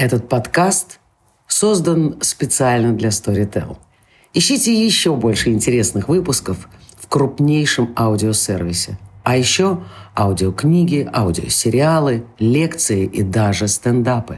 Этот подкаст создан специально для Storytel. Ищите еще больше интересных выпусков в крупнейшем аудиосервисе. А еще аудиокниги, аудиосериалы, лекции и даже стендапы.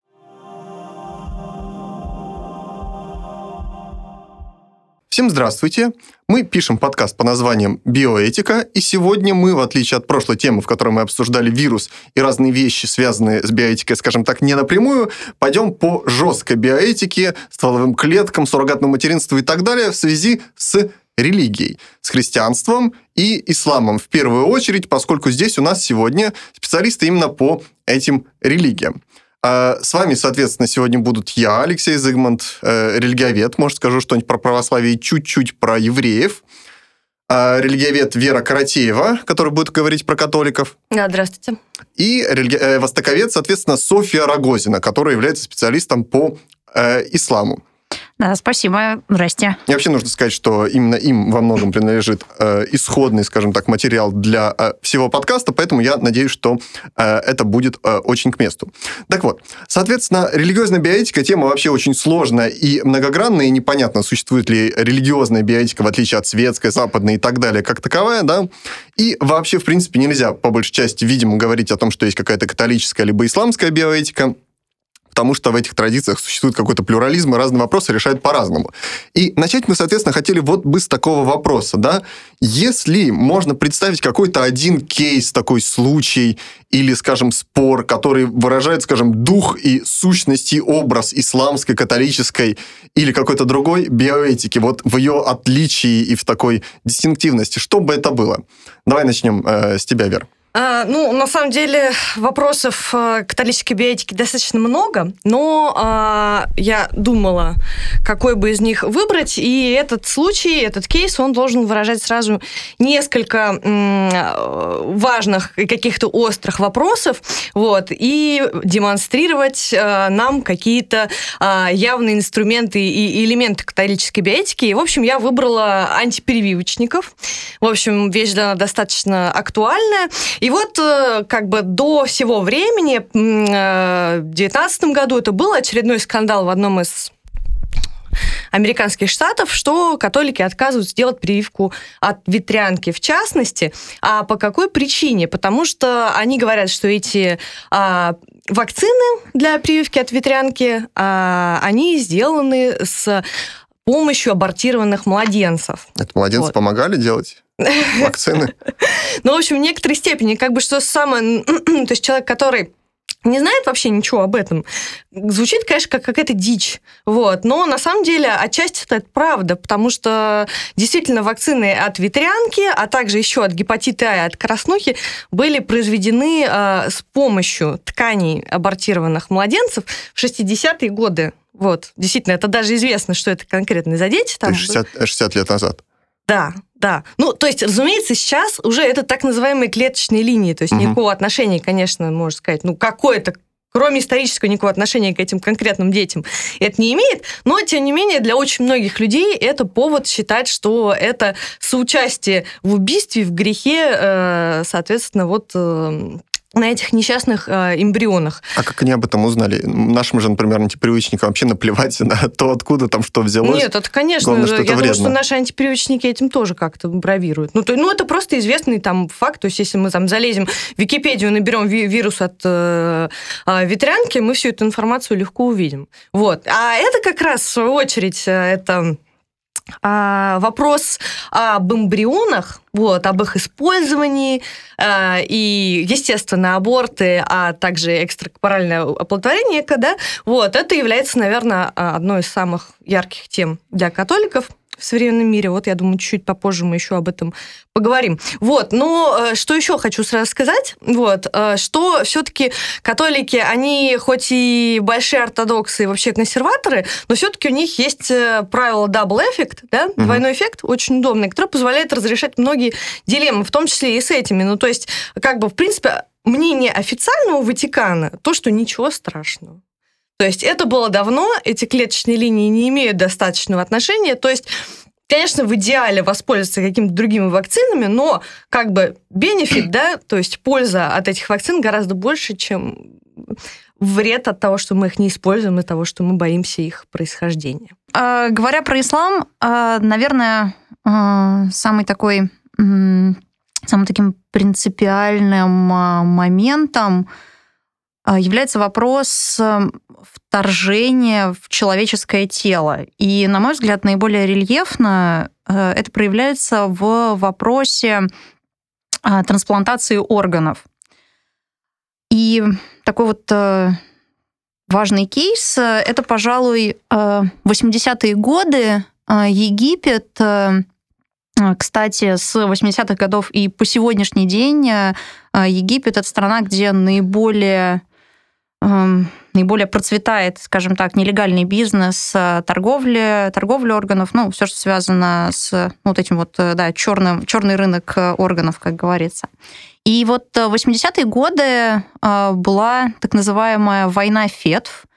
Всем здравствуйте! Мы пишем подкаст по названием «Биоэтика», и сегодня мы, в отличие от прошлой темы, в которой мы обсуждали вирус и разные вещи, связанные с биоэтикой, скажем так, не напрямую, пойдем по жесткой биоэтике, стволовым клеткам, суррогатному материнству и так далее в связи с религией, с христианством и исламом в первую очередь, поскольку здесь у нас сегодня специалисты именно по этим религиям. С вами, соответственно, сегодня будут я, Алексей Зигмунд, религиовед, может, скажу что-нибудь про православие и чуть-чуть про евреев, религиовед Вера Каратеева, который будет говорить про католиков. Да, здравствуйте. И востоковед, соответственно, Софья Рогозина, которая является специалистом по исламу. Да, спасибо. Здрасте. И вообще нужно сказать, что именно им во многом принадлежит исходный, скажем так, материал для всего подкаста, поэтому я надеюсь, что это будет очень к месту. Так вот, соответственно, религиозная биоэтика тема вообще очень сложная и многогранная, и непонятно, существует ли религиозная биоэтика, в отличие от светской, западной и так далее, как таковая, да, и вообще, в принципе, нельзя, по большей части, видимо, говорить о том, что есть какая-то католическая либо исламская биоэтика, потому что в этих традициях существует какой-то плюрализм, и разные вопросы решают по-разному. И начать мы, соответственно, хотели вот бы с такого вопроса, да, если можно представить какой-то один кейс, такой случай, или, скажем, спор, который выражает, скажем, дух и сущность и образ исламской, католической или какой-то другой биоэтики, вот в ее отличии и в такой дистинктивности, что бы это было? Давай начнем с тебя, Вер. На самом деле вопросов католической биоэтики достаточно много, но я думала, какой бы из них выбрать, и этот случай, этот кейс, он должен выражать сразу несколько важных и каких-то острых вопросов, вот, и демонстрировать нам какие-то явные инструменты и элементы католической биоэтики. И, в общем, я выбрала антипрививочников. В общем, вещь достаточно актуальная. И вот как бы до сего времени, в 2019 году, это был очередной скандал в одном из американских штатов, что католики отказываются делать прививку от ветрянки, в частности. А по какой причине? Потому что они говорят, что эти вакцины для прививки от ветрянки, они сделаны с помощью абортированных младенцев. Это младенцы помогали делать вакцины? Ну, в общем, в некоторой степени, как бы, что самое... То есть человек, который не знает вообще ничего об этом, звучит, конечно, как какая-то дичь. Вот. Но на самом деле отчасти это правда, потому что действительно вакцины от ветрянки, а также еще от гепатита А и от краснухи были произведены с помощью тканей абортированных младенцев в 60-е годы. Вот. Действительно, это даже известно, что это конкретно за дети. Там... 60 лет назад. Да. Ну, то есть, разумеется, сейчас уже это так называемые клеточные линии, то есть никакого отношения, конечно, можно сказать, какое-то, кроме исторического, никакого отношения к этим конкретным детям это не имеет, но, тем не менее, для очень многих людей это повод считать, что это соучастие в убийстве, в грехе, соответственно, вот... на этих несчастных эмбрионах. А как они об этом узнали? Нашим же, например, антипрививочникам вообще наплевать на то, откуда там что взялось. Нет, это, конечно, главное, я думаю, что наши антипрививочники этим тоже как-то бравируют. Это просто известный там факт. То есть, если мы там залезем в Википедию, наберем вирус от ветрянки, мы всю эту информацию легко увидим. Вот. А это как раз, в свою очередь, это... вопрос об эмбрионах, об их использовании и, естественно, аборты, а также экстракорпоральное оплодотворение, это является, наверное, одной из самых ярких тем для католиков в современном мире. Я думаю, чуть-чуть попозже мы еще об этом поговорим. Но что еще хочу сразу сказать, что все-таки католики, они хоть и большие ортодоксы и вообще консерваторы, но все-таки у них есть правило double effect, двойной эффект, очень удобный, который позволяет разрешать многие дилеммы, в том числе и с этими. То есть, в принципе, мнение официального Ватикана, то, что ничего страшного. То есть это было давно, эти клеточные линии не имеют достаточного отношения. То есть Конечно, в идеале воспользоваться какими-то другими вакцинами, но как бы бенефит, да, то есть польза от этих вакцин гораздо больше, чем вред от того, что мы их не используем, от того, что мы боимся их происхождения. Говоря про ислам, наверное, самым таким принципиальным моментом является вопрос вторжения в человеческое тело. И, на мой взгляд, наиболее рельефно это проявляется в вопросе трансплантации органов. И такой вот важный кейс — это, пожалуй, 80-е годы. Египет, кстати, с 80-х годов и по сегодняшний день Египет — это страна, где наиболее процветает, скажем так, нелегальный бизнес, торговля органов, все, что связано с вот этим вот, черный рынок органов, как говорится. И вот в 80-е годы была так называемая война фетв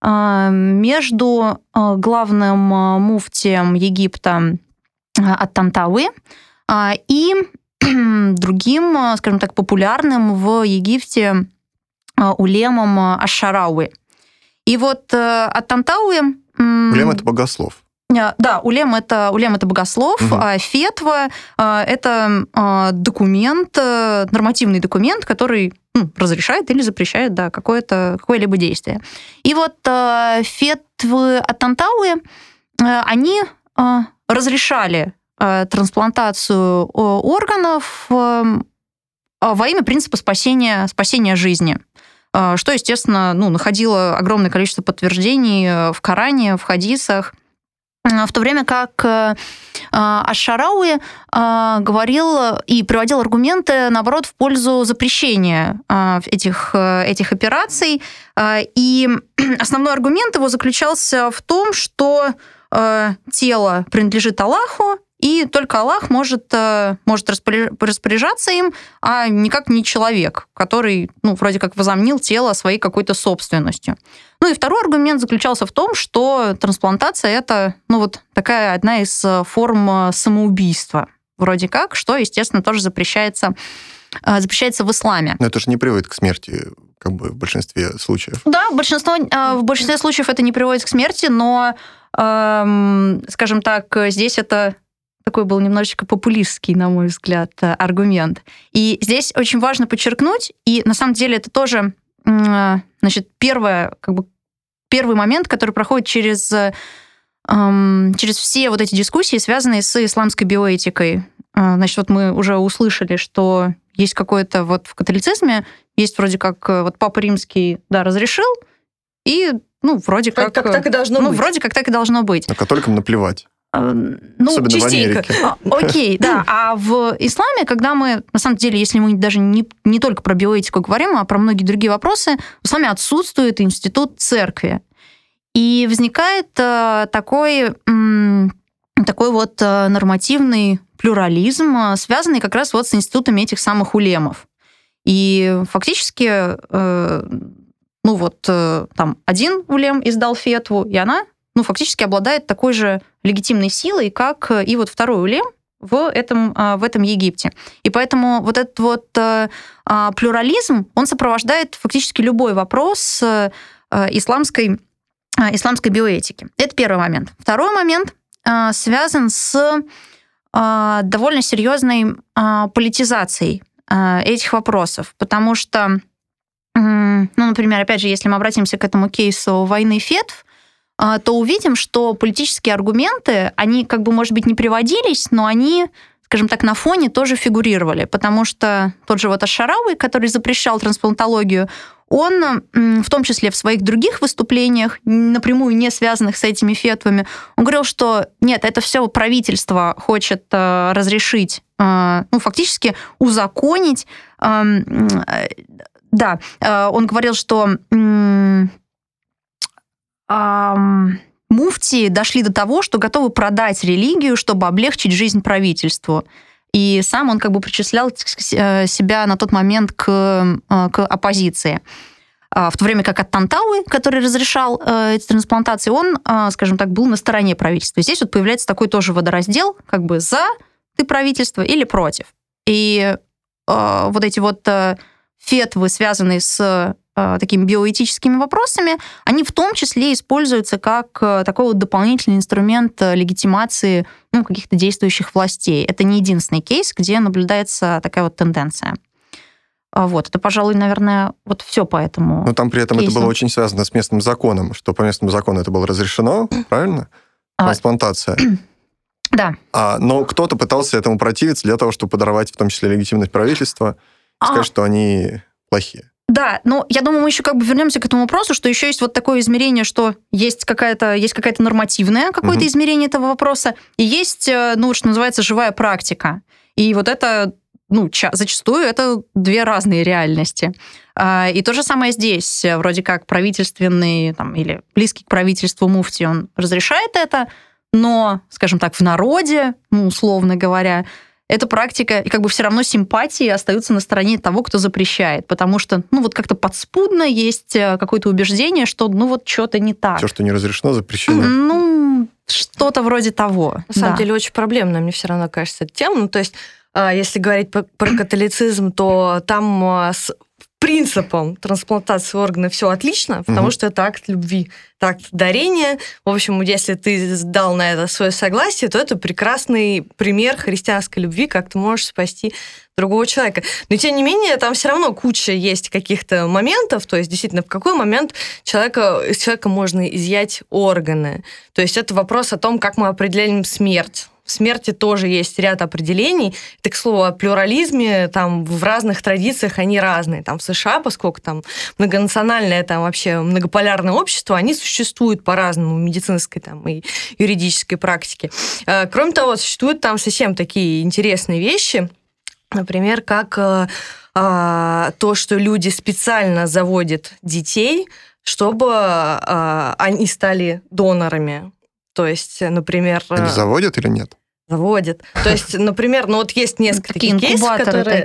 между главным муфтием Египта Ат-Тантауи и другим, скажем так, популярным в Египте улемом Аш-Шарауи. И вот Ат-Тантауи... Улем — это богослов. Да, улем это богослов, а фетва — это документ, нормативный документ, который разрешает или запрещает какое-либо действие. И вот фетвы Ат-Тантауи, они разрешали трансплантацию органов во имя принципа спасения жизни, что, естественно, находило огромное количество подтверждений в Коране, в хадисах. В то время как Аш-Шарауи говорил и приводил аргументы, наоборот, в пользу запрещения этих операций. И основной аргумент его заключался в том, что тело принадлежит Аллаху, и только Аллах может распоряжаться им, а никак не человек, который, вроде как возомнил тело своей какой-то собственностью. И второй аргумент заключался в том, что трансплантация — это, такая одна из форм самоубийства, вроде как, что, естественно, тоже запрещается в исламе. Но это же не приводит к смерти, в большинстве случаев. Да, в большинстве случаев это не приводит к смерти, но, скажем так, здесь это такой был немножечко популистский, на мой взгляд, аргумент. И здесь очень важно подчеркнуть, и на самом деле это тоже, первый момент, который проходит через все вот эти дискуссии, связанные с исламской биоэтикой. Мы уже услышали, что есть какое-то в католицизме, есть вроде как Папа Римский, разрешил, и вроде как так и должно быть. Вроде как так и должно быть. А католикам наплевать. Особенно частенько. В Америке. Окей, да. А в исламе, когда мы, на самом деле, если мы даже не только про биоэтику говорим, а про многие другие вопросы, в исламе отсутствует институт церкви. И возникает такой нормативный плюрализм, связанный как раз с институтами этих самых улемов. И фактически, один улем издал фетву, и она фактически обладает такой же легитимной силой, как и второй улем в этом Египте. И поэтому этот плюрализм, он сопровождает фактически любой вопрос исламской биоэтики. Это первый момент. Второй момент связан с довольно серьезной политизацией этих вопросов, потому что, например, опять же, если мы обратимся к этому кейсу войны фетв, то увидим, что политические аргументы, они, может быть, не приводились, но они, скажем так, на фоне тоже фигурировали, потому что тот же Аш-Шарауи, который запрещал трансплантологию, он, в том числе в своих других выступлениях, напрямую не связанных с этими фетвами, он говорил, что нет, это все правительство хочет разрешить, фактически узаконить. Да, он говорил, что муфтии дошли до того, что готовы продать религию, чтобы облегчить жизнь правительству. И сам он причислял себя на тот момент к оппозиции. В то время как Ат-Тантауи, который разрешал эти трансплантации, он, скажем так, был на стороне правительства. Здесь появляется такой тоже водораздел, за ты правительство или против. И эти фетвы, связанные с такими биоэтическими вопросами, они в том числе используются как такой вот дополнительный инструмент легитимации каких-то действующих властей. Это не единственный кейс, где наблюдается такая вот тенденция. Вот, это, пожалуй, наверное, вот все по этому. Но там при этом кейсу. это было очень связано с местным законом, что по местному закону это было разрешено, правильно? Трансплантация. Да. Но кто-то пытался этому противиться для того, чтобы подорвать в том числе легитимность правительства, и сказать, что они плохие. Да, но я думаю, мы еще вернемся к этому вопросу, что еще есть вот такое измерение, что есть какая-то нормативное какое-то измерение этого вопроса, и есть, что называется, живая практика. И вот это, зачастую это две разные реальности. И то же самое здесь. Вроде как правительственный или близкий к правительству муфти, он разрешает это, но, скажем так, в народе, условно говоря, эта практика, и все равно симпатии остаются на стороне того, кто запрещает, потому что, как-то подспудно есть какое-то убеждение, что, что-то не так. Все, что не разрешено, запрещено. Что-то вроде того. На самом деле очень проблемная, мне все равно кажется, эта тема. То есть, если говорить про католицизм, то там с принципом трансплантации органов все отлично, потому что это акт любви, это акт дарения. В общем, если ты дал на это свое согласие, то это прекрасный пример христианской любви, как ты можешь спасти другого человека. Но, тем не менее, там все равно куча есть каких-то моментов, то есть, действительно, в какой момент из человека можно изъять органы. То есть, это вопрос о том, как мы определяем смерть. В смерти тоже есть ряд определений. Это, к слову, о плюрализме. Там в разных традициях они разные. Там в США, поскольку там многонациональное, там вообще многополярное общество, они существуют по-разному в медицинской и юридической практике. Кроме того, существуют там совсем такие интересные вещи, например, как то, что люди специально заводят детей, чтобы они стали донорами. То есть, например... Они заводят или нет? Заводят. То есть, например, есть несколько таких кейсов, которые,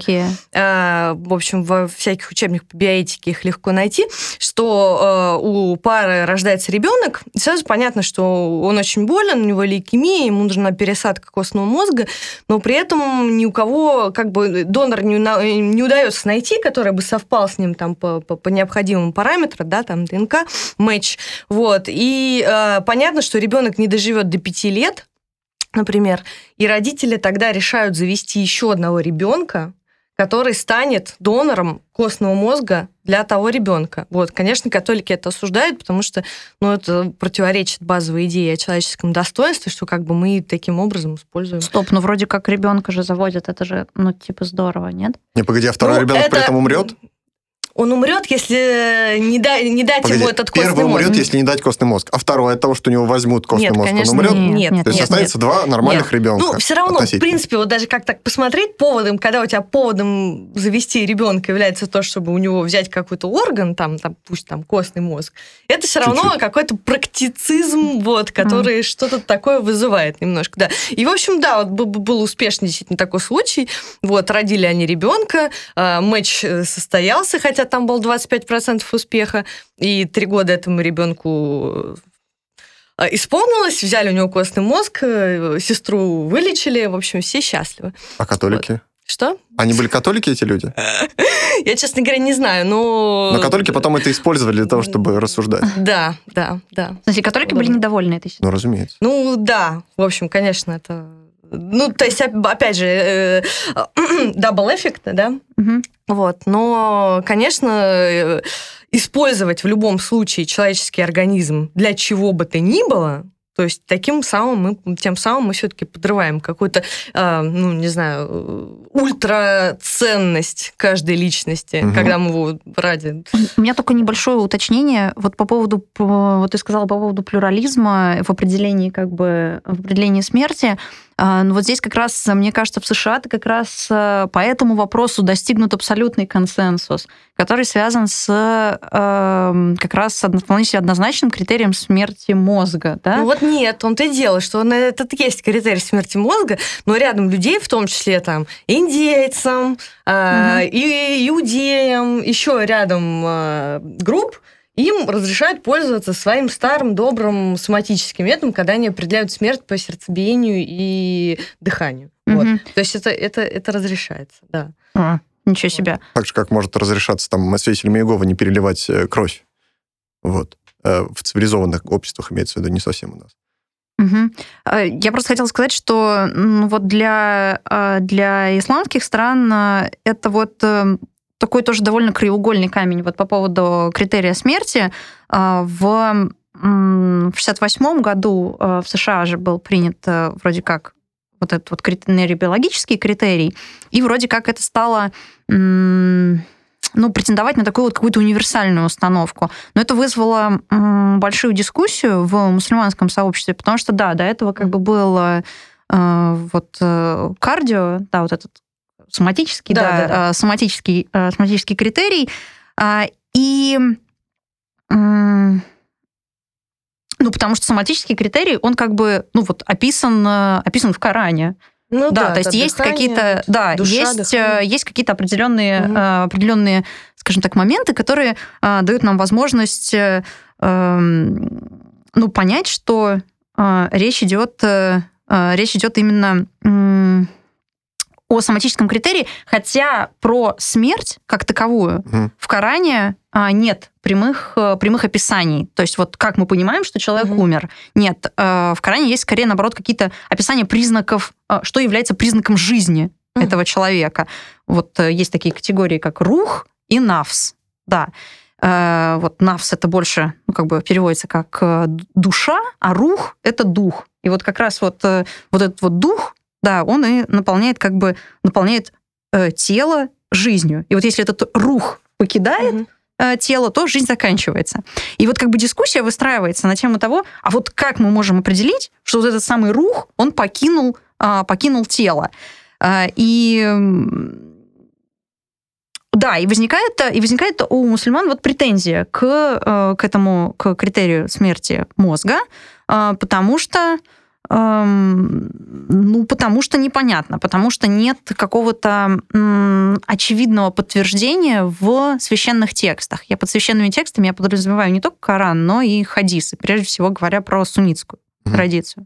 в общем, во всяких учебниках по биоэтике их легко найти, что у пары рождается ребенок, и сразу понятно, что он очень болен, у него лейкемия, ему нужна пересадка костного мозга, но при этом ни у кого донор не удается найти, который бы совпал с ним по необходимым параметрам, ДНК, матч. Вот. И понятно, что ребенок не доживет до 5 лет, например, и родители тогда решают завести еще одного ребенка, который станет донором костного мозга для того ребенка. Вот, конечно, католики это осуждают, потому что это противоречит базовой идее о человеческом достоинстве, что мы таким образом используем. Стоп, вроде как ребенка же заводят, это же, здорово, нет? Не, погоди, а второй ребенок при этом умрет? Он умрет, если не дать ему этот костный мозг. Первый умрет, если не дать костный мозг. А второй от того, что у него возьмут костный мозг, конечно, он умрет? Нет. То есть останется два нормальных ребенка. Все равно, в принципе, даже как так посмотреть, поводом, когда у тебя поводом завести ребенка является то, чтобы у него взять какой-то орган, пусть костный мозг, это все равно какой-то практицизм, который что-то такое вызывает немножко. Да. И, в общем, был успешный действительно такой случай. Родили они ребенка, матч состоялся, хотя там был 25% успеха, и 3 года этому ребенку исполнилось, взяли у него костный мозг, сестру вылечили, в общем, все счастливы. А католики? Что? Они были католики, эти люди? Я, честно говоря, не знаю, но католики потом это использовали для того, чтобы рассуждать. Да. Значит, католики были недовольны этой ситуацией? Разумеется. Да, в общем, конечно, это... то есть, опять же, double effect, да? Угу. Но, конечно, использовать в любом случае человеческий организм для чего бы то ни было, то есть тем самым мы все-таки подрываем какую-то, ультраценность каждой личности, когда мы его ради... У меня только небольшое уточнение по поводу, ты сказала по поводу плюрализма в определении в определении смерти. Здесь как раз, мне кажется, в США как раз по этому вопросу достигнут абсолютный консенсус, который связан с как раз вполне однозначным критерием смерти мозга. Да? Нет, он-то и дело, что этот есть критерий смерти мозга, но рядом людей, в том числе индейцам, и иудеям, еще рядом групп, им разрешают пользоваться своим старым добрым соматическим методом, когда они определяют смерть по сердцебиению и дыханию. То есть это разрешается, да. Ничего себе. Так же, как может разрешаться там свидетелям Иеговы не переливать кровь. Вот. В цивилизованных обществах, имеется в виду, не совсем у нас. Я просто хотела сказать, что вот для исламских стран это вот такой тоже довольно краеугольный камень вот по поводу критерия смерти. В 1968 году в США же был принят вроде как вот этот вот нейробиологический критерий, и вроде как это стало претендовать на такую вот какую-то универсальную установку. Но это вызвало большую дискуссию в мусульманском сообществе, потому что, да, до этого как бы был кардио, да, вот этот соматический, соматический критерий, и потому что соматический критерий, он как бы, описан в Коране. То есть есть какие-то, есть какие-то определенные, скажем так, моменты, которые дают нам возможность, понять, что речь идет именно о соматическом критерии, хотя про смерть как таковую в Коране нет прямых описаний. То есть вот как мы понимаем, что человек умер. Нет. В Коране есть скорее, наоборот, какие-то описания признаков, что является признаком жизни этого человека. Вот есть такие категории, как рух и нафс. Да. Вот нафс это больше, переводится как душа, а рух это дух. И вот как раз вот этот вот дух, да, он и наполняет тело жизнью. И вот если этот рух покидает тело, то жизнь заканчивается. И вот дискуссия выстраивается на тему того, а вот как мы можем определить, что вот этот самый рух, он покинул тело. И возникает у мусульман вот претензия к критерию смерти мозга, потому что непонятно, потому что нет какого-то очевидного подтверждения в священных текстах. Я под священными текстами я подразумеваю не только Коран, но и хадисы, прежде всего говоря про суннитскую традицию.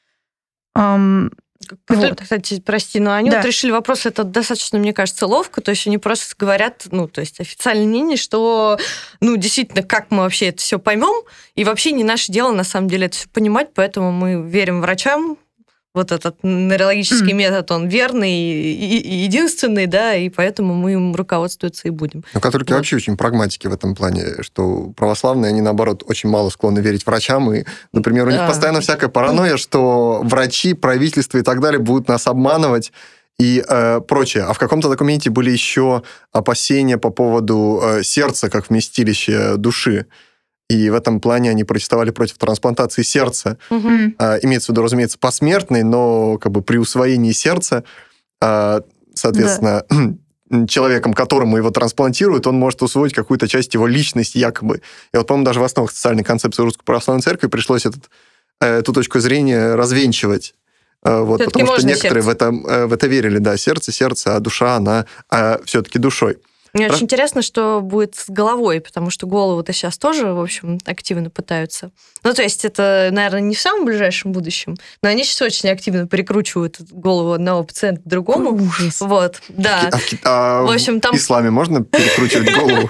Кстати, прости, но они вот решили вопрос это достаточно, мне кажется, ловко, то есть они просто говорят, то есть официальное мнение, что, действительно, как мы вообще это все поймем, и вообще не наше дело, на самом деле, это все понимать, поэтому мы верим врачам, вот этот нейрологический метод, он верный и единственный, да, и поэтому мы им руководствоваться и будем. Но католики вообще очень прагматики в этом плане, что православные, они, наоборот, очень мало склонны верить врачам, и, например, у них постоянно всякая паранойя, что врачи, правительство и так далее будут нас обманывать и прочее. А в каком-то документе были еще опасения по поводу сердца как вместилища души. И в этом плане они протестовали против трансплантации сердца. Имеется в виду, разумеется, посмертной, но при усвоении сердца, соответственно, человеком, которому его трансплантируют, он может усвоить какую-то часть его личности якобы. И вот, по-моему, даже в основах социальной концепции Русской Православной Церкви пришлось эту точку зрения развенчивать. Потому что некоторые в это верили. Да, сердце, а душа, она все-таки душой. Мне очень интересно, что будет с головой, потому что голову-то сейчас тоже, в общем, активно пытаются. То есть это, наверное, не в самом ближайшем будущем, но они сейчас очень активно перекручивают голову одного пациента к другому. Ужас. Вот, да. В общем, там... В исламе можно перекручивать голову?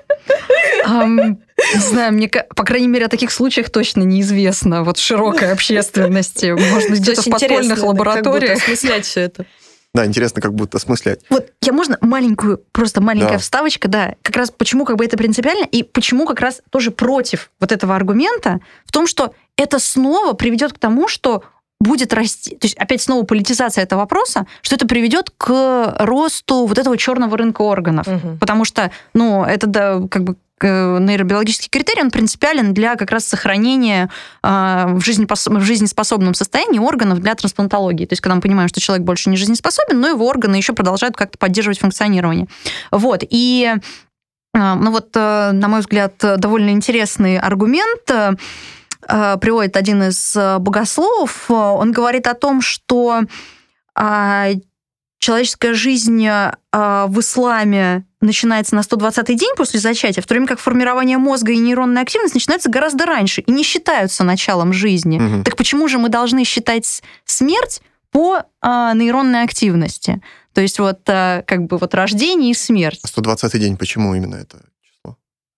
Не знаю, мне, по крайней мере, о таких случаях точно неизвестно вот широкой общественности. Может, где-то в подпольных лабораториях. Как будто осмыслять все это. Да, интересно, как будто осмыслять. Вот я можно маленькая вставочка, да, как раз почему это принципиально, и почему как раз тоже против вот этого аргумента, в том, что это снова приведет к тому, что будет расти, то есть опять снова политизация этого вопроса, что это приведет к росту вот этого черного рынка органов. Потому что, это нейробиологический критерий, он принципиален для как раз сохранения в жизнеспособном состоянии органов для трансплантологии. То есть, когда мы понимаем, что человек больше не жизнеспособен, но его органы еще продолжают как-то поддерживать функционирование. Вот. И, на мой взгляд, довольно интересный аргумент приводит один из богословов. Он говорит о том, что человеческая жизнь в исламе начинается на 120-й день после зачатия, в то время как формирование мозга и нейронная активность начинается гораздо раньше и не считаются началом жизни. Так почему же мы должны считать смерть по нейронной активности? То есть вот как бы вот рождение и смерть. 120-й день, почему именно это число?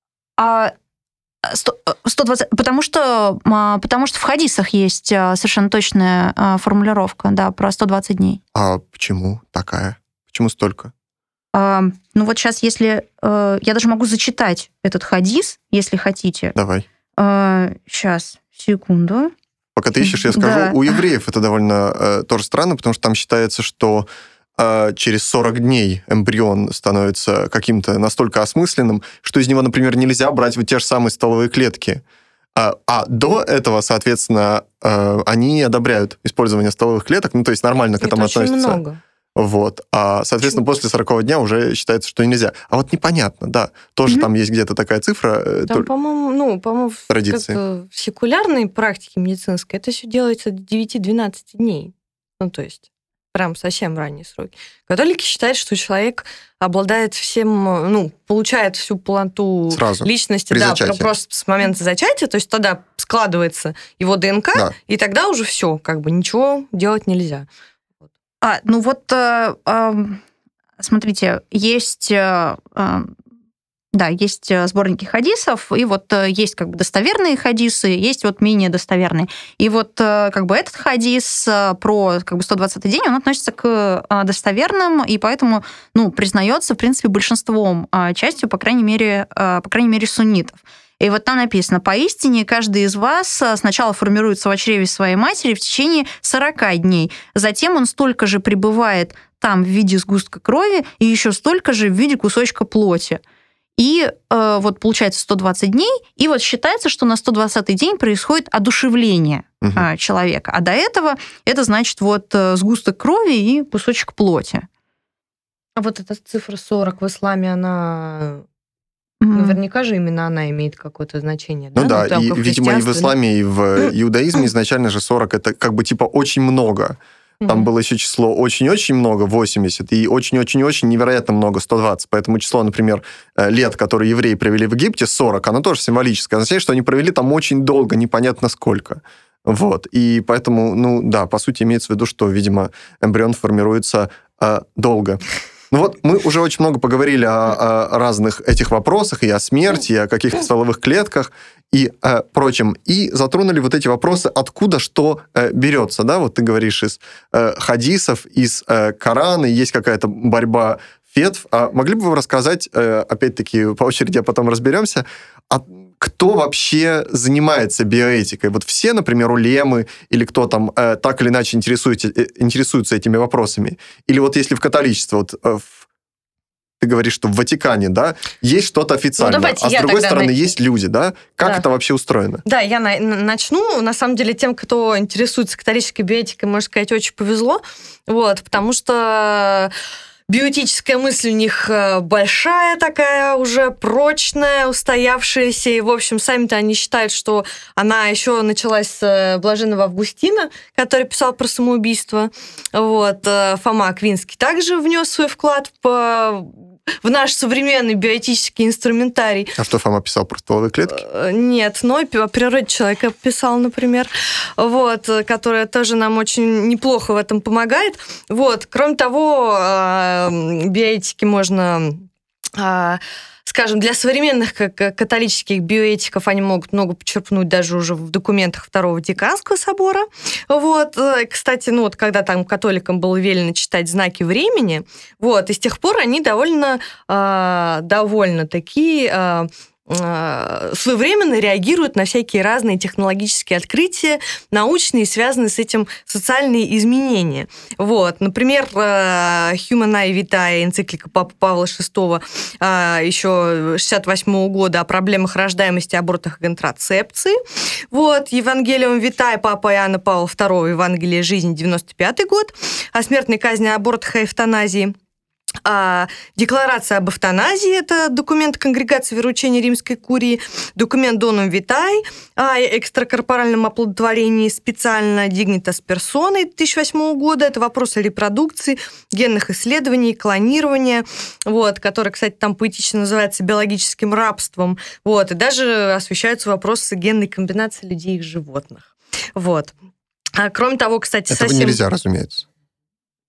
120, потому что в хадисах есть совершенно точная формулировка, да, про 120 дней. А почему такая? Почему столько? Ну вот сейчас, если... Я даже могу зачитать этот хадис, если хотите. Давай. Сейчас, секунду. Пока ты ищешь, я скажу, Да. у евреев это довольно тоже странно, потому что там считается, что через 40 дней эмбрион становится каким-то настолько осмысленным, что из него, например, нельзя брать вот те же самые стволовые клетки. А до этого, соответственно, они одобряют использование стволовых клеток, ну, то есть нормально к этому Это очень относятся. много. Вот. А, соответственно, после 40-го дня уже считается, что нельзя. А вот непонятно, да. Тоже там есть где-то такая цифра. Там, по-моему, традиции. как-то в секулярной практике медицинской это все делается до 9-12 дней. Ну, то есть прям совсем ранние сроки. Католики считают, что человек обладает всем, получает всю полноту Сразу, личности, при да, зачатии. просто с момента зачатия, то есть тогда складывается его ДНК, Да. и тогда уже все, как бы ничего делать нельзя. Смотрите, есть сборники хадисов, и вот есть как бы достоверные хадисы, есть вот менее достоверные. И вот как бы этот хадис про как бы 120-й день, он относится к достоверным, и поэтому, признается, в принципе, большинством частью, по крайней мере, суннитов. И вот там написано: «Поистине каждый из вас сначала формируется в чреве своей матери в течение 40 дней. Затем он столько же пребывает там в виде сгустка крови и еще столько же в виде кусочка плоти». И вот получается 120 дней, и вот считается, что на 120-й день происходит одушевление человека. А до этого это значит вот сгусток крови и кусочек плоти. А вот эта цифра 40 в исламе, она... Наверняка же именно она имеет какое-то значение. Ну да, там, и, как видимо, и в исламе, и в иудаизме изначально же 40 это как бы типа очень много. Там было еще число очень-очень много, 80, и очень-очень-очень невероятно много, 120. Поэтому число, например, лет, которые евреи провели в Египте, 40, оно тоже символическое. Означает, что они провели там очень долго, непонятно сколько. Вот. И поэтому, по сути, имеется в виду, что, видимо, эмбрион формируется долго. Ну вот мы уже очень много поговорили о разных этих вопросах, и о смерти, и о каких-то стволовых клетках, и прочем. И затронули вот эти вопросы, откуда что берется. Да? Вот ты говоришь из хадисов, из Корана, есть какая-то борьба фетв. А могли бы вы рассказать, опять-таки, по очереди, а потом разберемся, кто вообще занимается биоэтикой? Вот все, например, улемы, или кто там так или иначе интересуются этими вопросами? Или вот если в католичестве, вот ты говоришь, что в Ватикане, да, есть что-то официальное, а с другой стороны есть люди, да? Как это вообще устроено? Да, я начну. На самом деле, тем, кто интересуется католической биоэтикой, можно сказать, очень повезло, вот, потому что биоэтическая мысль у них большая такая, уже прочная, устоявшаяся. И, в общем, сами-то они считают, что она еще началась с блаженного Августина, который писал про самоубийство. Вот. Фома Аквинский также внес свой вклад в наш современный биоэтический инструментарий. А что Фома писал про стволовые клетки? Нет, но о природе человека писал, например, вот, которая тоже нам очень неплохо в этом помогает. Вот. Кроме того, биоэтики можно... Скажем, для современных католических биоэтиков они могут много почерпнуть даже уже в документах Второго Ватиканского собора. Вот. Кстати, когда там католикам было велено читать знаки времени, вот, и с тех пор они довольно такие... своевременно реагируют на всякие разные технологические открытия, научные, связанные с этим социальные изменения. Вот. Например, Humanae Vitae, энциклика Папы Павла VI еще 1968 года о проблемах рождаемости, абортах и контрацепции. Вот. Evangelium Vitae Папы Иоанна Павла II, Евангелие жизни, 95 год, о смертной казни, абортах и эвтаназии. Декларация об эвтаназии – это документ Конгрегации вероучения Римской Курии, документ Donum Vitae о экстракорпоральном оплодотворении специально Dignitas Personae 2008 года. Это вопрос о репродукции, генных исследований, клонирования, вот, который, кстати, там поэтично называется биологическим рабством. Вот, и даже освещаются вопросы генной комбинации людей и животных. Вот. Кроме того, кстати, этого нельзя, разумеется.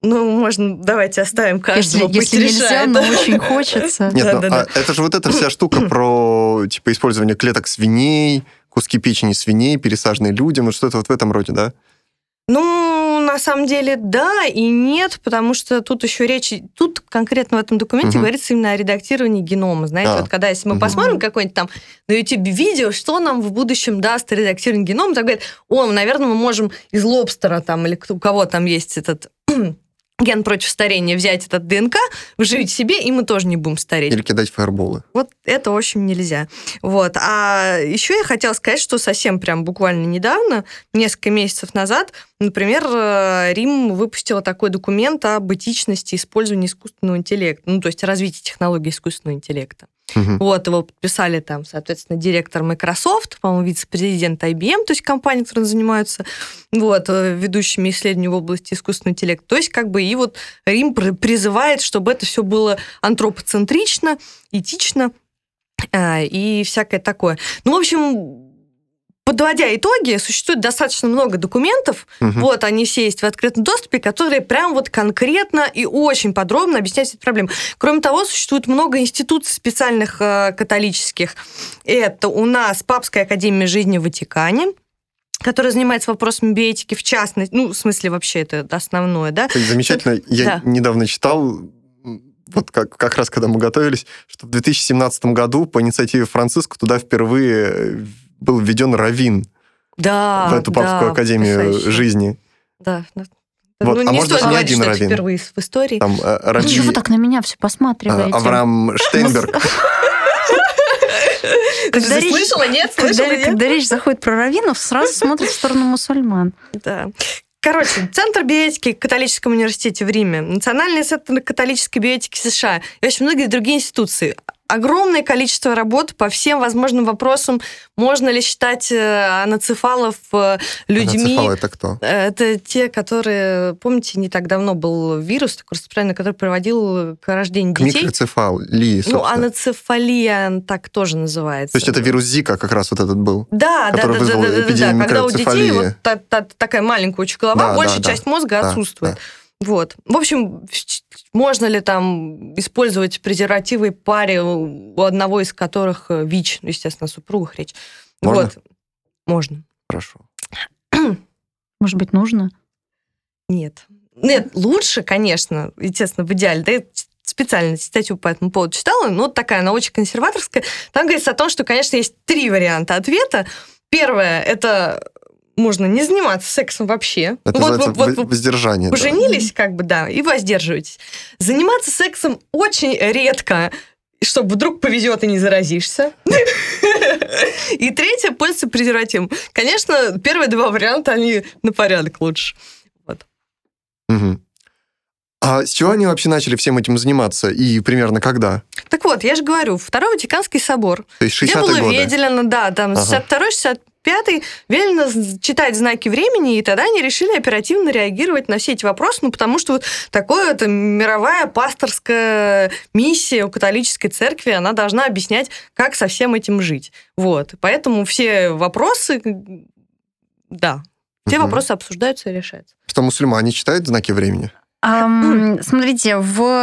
Ну, можно, давайте оставим каждого. Если нельзя, но очень хочется. Нет, это же вот эта вся штука про типа использование клеток свиней, куски печени свиней, пересаженные людям, вот что-то вот в этом роде, да? Ну, на самом деле, да и нет, потому что тут еще тут конкретно в этом документе говорится именно о редактировании генома. Знаете, вот когда если мы посмотрим какое-нибудь там на YouTube видео, что нам в будущем даст редактирование генома, так говорят, наверное, мы можем из лобстера там, или у кого там есть этот ген против старения, взять этот ДНК, вживить себе, и мы тоже не будем стареть. Или кидать фаерболы. Вот это, в общем, нельзя. Вот. А еще я хотела сказать, что совсем прям буквально недавно, несколько месяцев назад, например, Рим выпустила такой документ об этичности использования искусственного интеллекта, ну, то есть развития технологий искусственного интеллекта. Вот, его подписали там, соответственно, директор Microsoft, по-моему, вице-президент IBM, то есть компании, которые занимаются ведущими исследованиями в области искусственного интеллекта. То есть как бы и вот Рим призывает, чтобы это все было антропоцентрично, этично и всякое такое. Ну, в общем, подводя итоги, существует достаточно много документов, вот, они все есть в открытом доступе, которые прям вот конкретно и очень подробно объясняют эту проблему. Кроме того, существует много институций специальных католических. Это у нас Папская академия жизни в Ватикане, которая занимается вопросами биоэтики, в частности, ну, в смысле, вообще это основное, да? Замечательно. Я недавно читал, вот как раз когда мы готовились, что в 2017 году по инициативе Франциска туда впервые был введен раввин в эту Папскую академию жизни. Да. Вот. Ну, А не может, даже не один что раввин. Впервые в истории. Там Ну, чего вы так на меня все посматриваете? Авраам Штейнберг. Когда слышала, нет? Когда речь заходит про раввинов, сразу смотрят в сторону мусульман. Да. Короче, Центр биоэтики в Католическом университете в Риме, Национальный центр католической биоэтики США и очень многие другие институции. Огромное количество работ по всем возможным вопросам. Можно ли считать аноцефалов людьми? Аноцефалы — это кто? Это те, которые... Помните, не так давно был вирус такой распространенный, который приводил к рождению детей? Микроцефалии, собственно. Ну, аноцефалия так тоже называется. То есть это вирус Зика как раз вот этот был? Да. Когда у детей вот такая маленькая очень голова, большая часть мозга отсутствует. Вот. В общем, можно ли там использовать презервативы паре, у одного из которых ВИЧ, естественно, о супругах речь? Можно? Вот. Можно. Хорошо. Может быть, нужно? Нет, лучше, конечно, естественно, в идеале. Да, я специально статью по этому поводу читала, но такая, она очень консерваторская. Там говорится о том, что, конечно, есть 3 варианта ответа. Первое – это... Можно не заниматься сексом вообще. Это называется воздержание. Поженились, и воздерживаетесь. Заниматься сексом очень редко, чтобы вдруг повезет и не заразишься. И третье – пользоваться презервативом. Конечно, первые 2 варианта, они на порядок лучше. Вот. А с чего они вообще начали всем этим заниматься и примерно когда? Так вот, я же говорю, Второй Ватиканский собор. То есть 60-е где было годы? велено, там 62-65 велено читать знаки времени, и тогда они решили оперативно реагировать на все эти вопросы, потому что вот такое это мировая пасторская миссия у католической церкви, она должна объяснять, как со всем этим жить. Вот. Поэтому все вопросы, все вопросы обсуждаются и решаются. Что мусульмане читают знаки времени? Смотрите,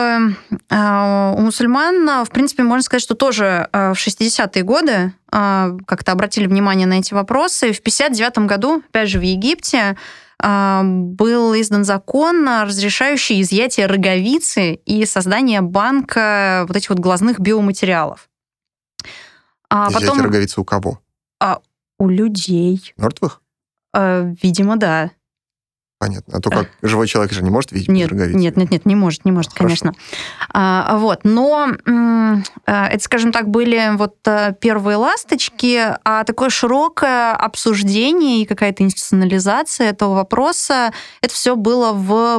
у мусульман, в принципе, можно сказать, что тоже в 60-е годы как-то обратили внимание на эти вопросы. В 59 году, опять же, в Египте был издан закон, разрешающий изъятие роговицы и создание банка вот этих вот глазных биоматериалов. Изъятие роговицы у кого? У людей. Мертвых? Видимо, да. Понятно. А то как живой человек же не может видеть роговицу? Нет, не может, конечно. Но это, скажем так, были вот первые ласточки, а такое широкое обсуждение и какая-то институционализация этого вопроса, это все было в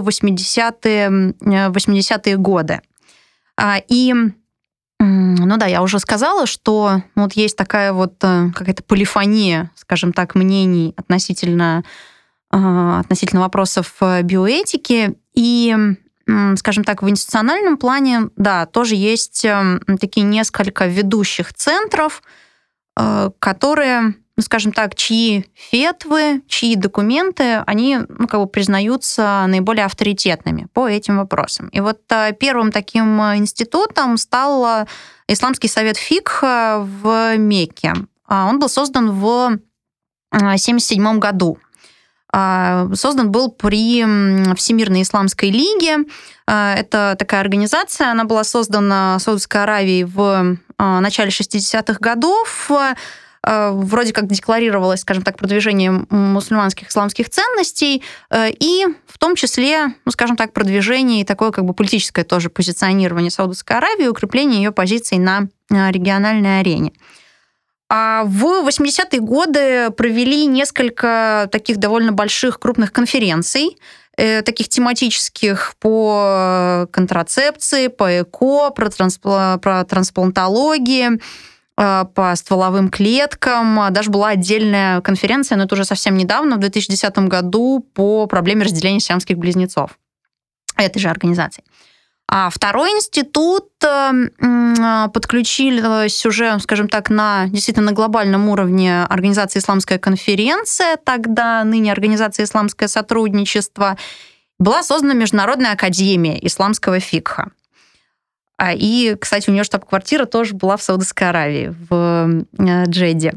80-е годы. И я уже сказала, что вот есть такая вот какая-то полифония, скажем так, мнений относительно вопросов биоэтики. И, скажем так, в институциональном плане, тоже есть такие несколько ведущих центров, которые скажем так, чьи фетвы, чьи документы, они признаются наиболее авторитетными по этим вопросам. И вот первым таким институтом стал Исламский совет фикха в Мекке. Он был создан в 1977 году. Создан был при Всемирной исламской лиге. Это такая организация, она была создана Саудовской Аравией в начале 60-х годов. Вроде как декларировалось, скажем так, продвижение мусульманских исламских ценностей и в том числе, скажем так, продвижение и такое как бы политическое тоже позиционирование Саудовской Аравии, укрепление ее позиций на региональной арене. А в 80-е годы провели несколько таких довольно больших крупных конференций, таких тематических по контрацепции, по ЭКО, про трансплантологию, по стволовым клеткам. Даже была отдельная конференция, но это уже совсем недавно, в 2010 году, по проблеме разделения сиамских близнецов этой же организации. А второй институт подключились уже, скажем так, на действительно глобальном уровне Организация «Исламская конференция», тогда ныне Организация «Исламское сотрудничество». Была создана Международная академия исламского фикха. И, кстати, у нее штаб-квартира тоже была в Саудовской Аравии, в Джедде.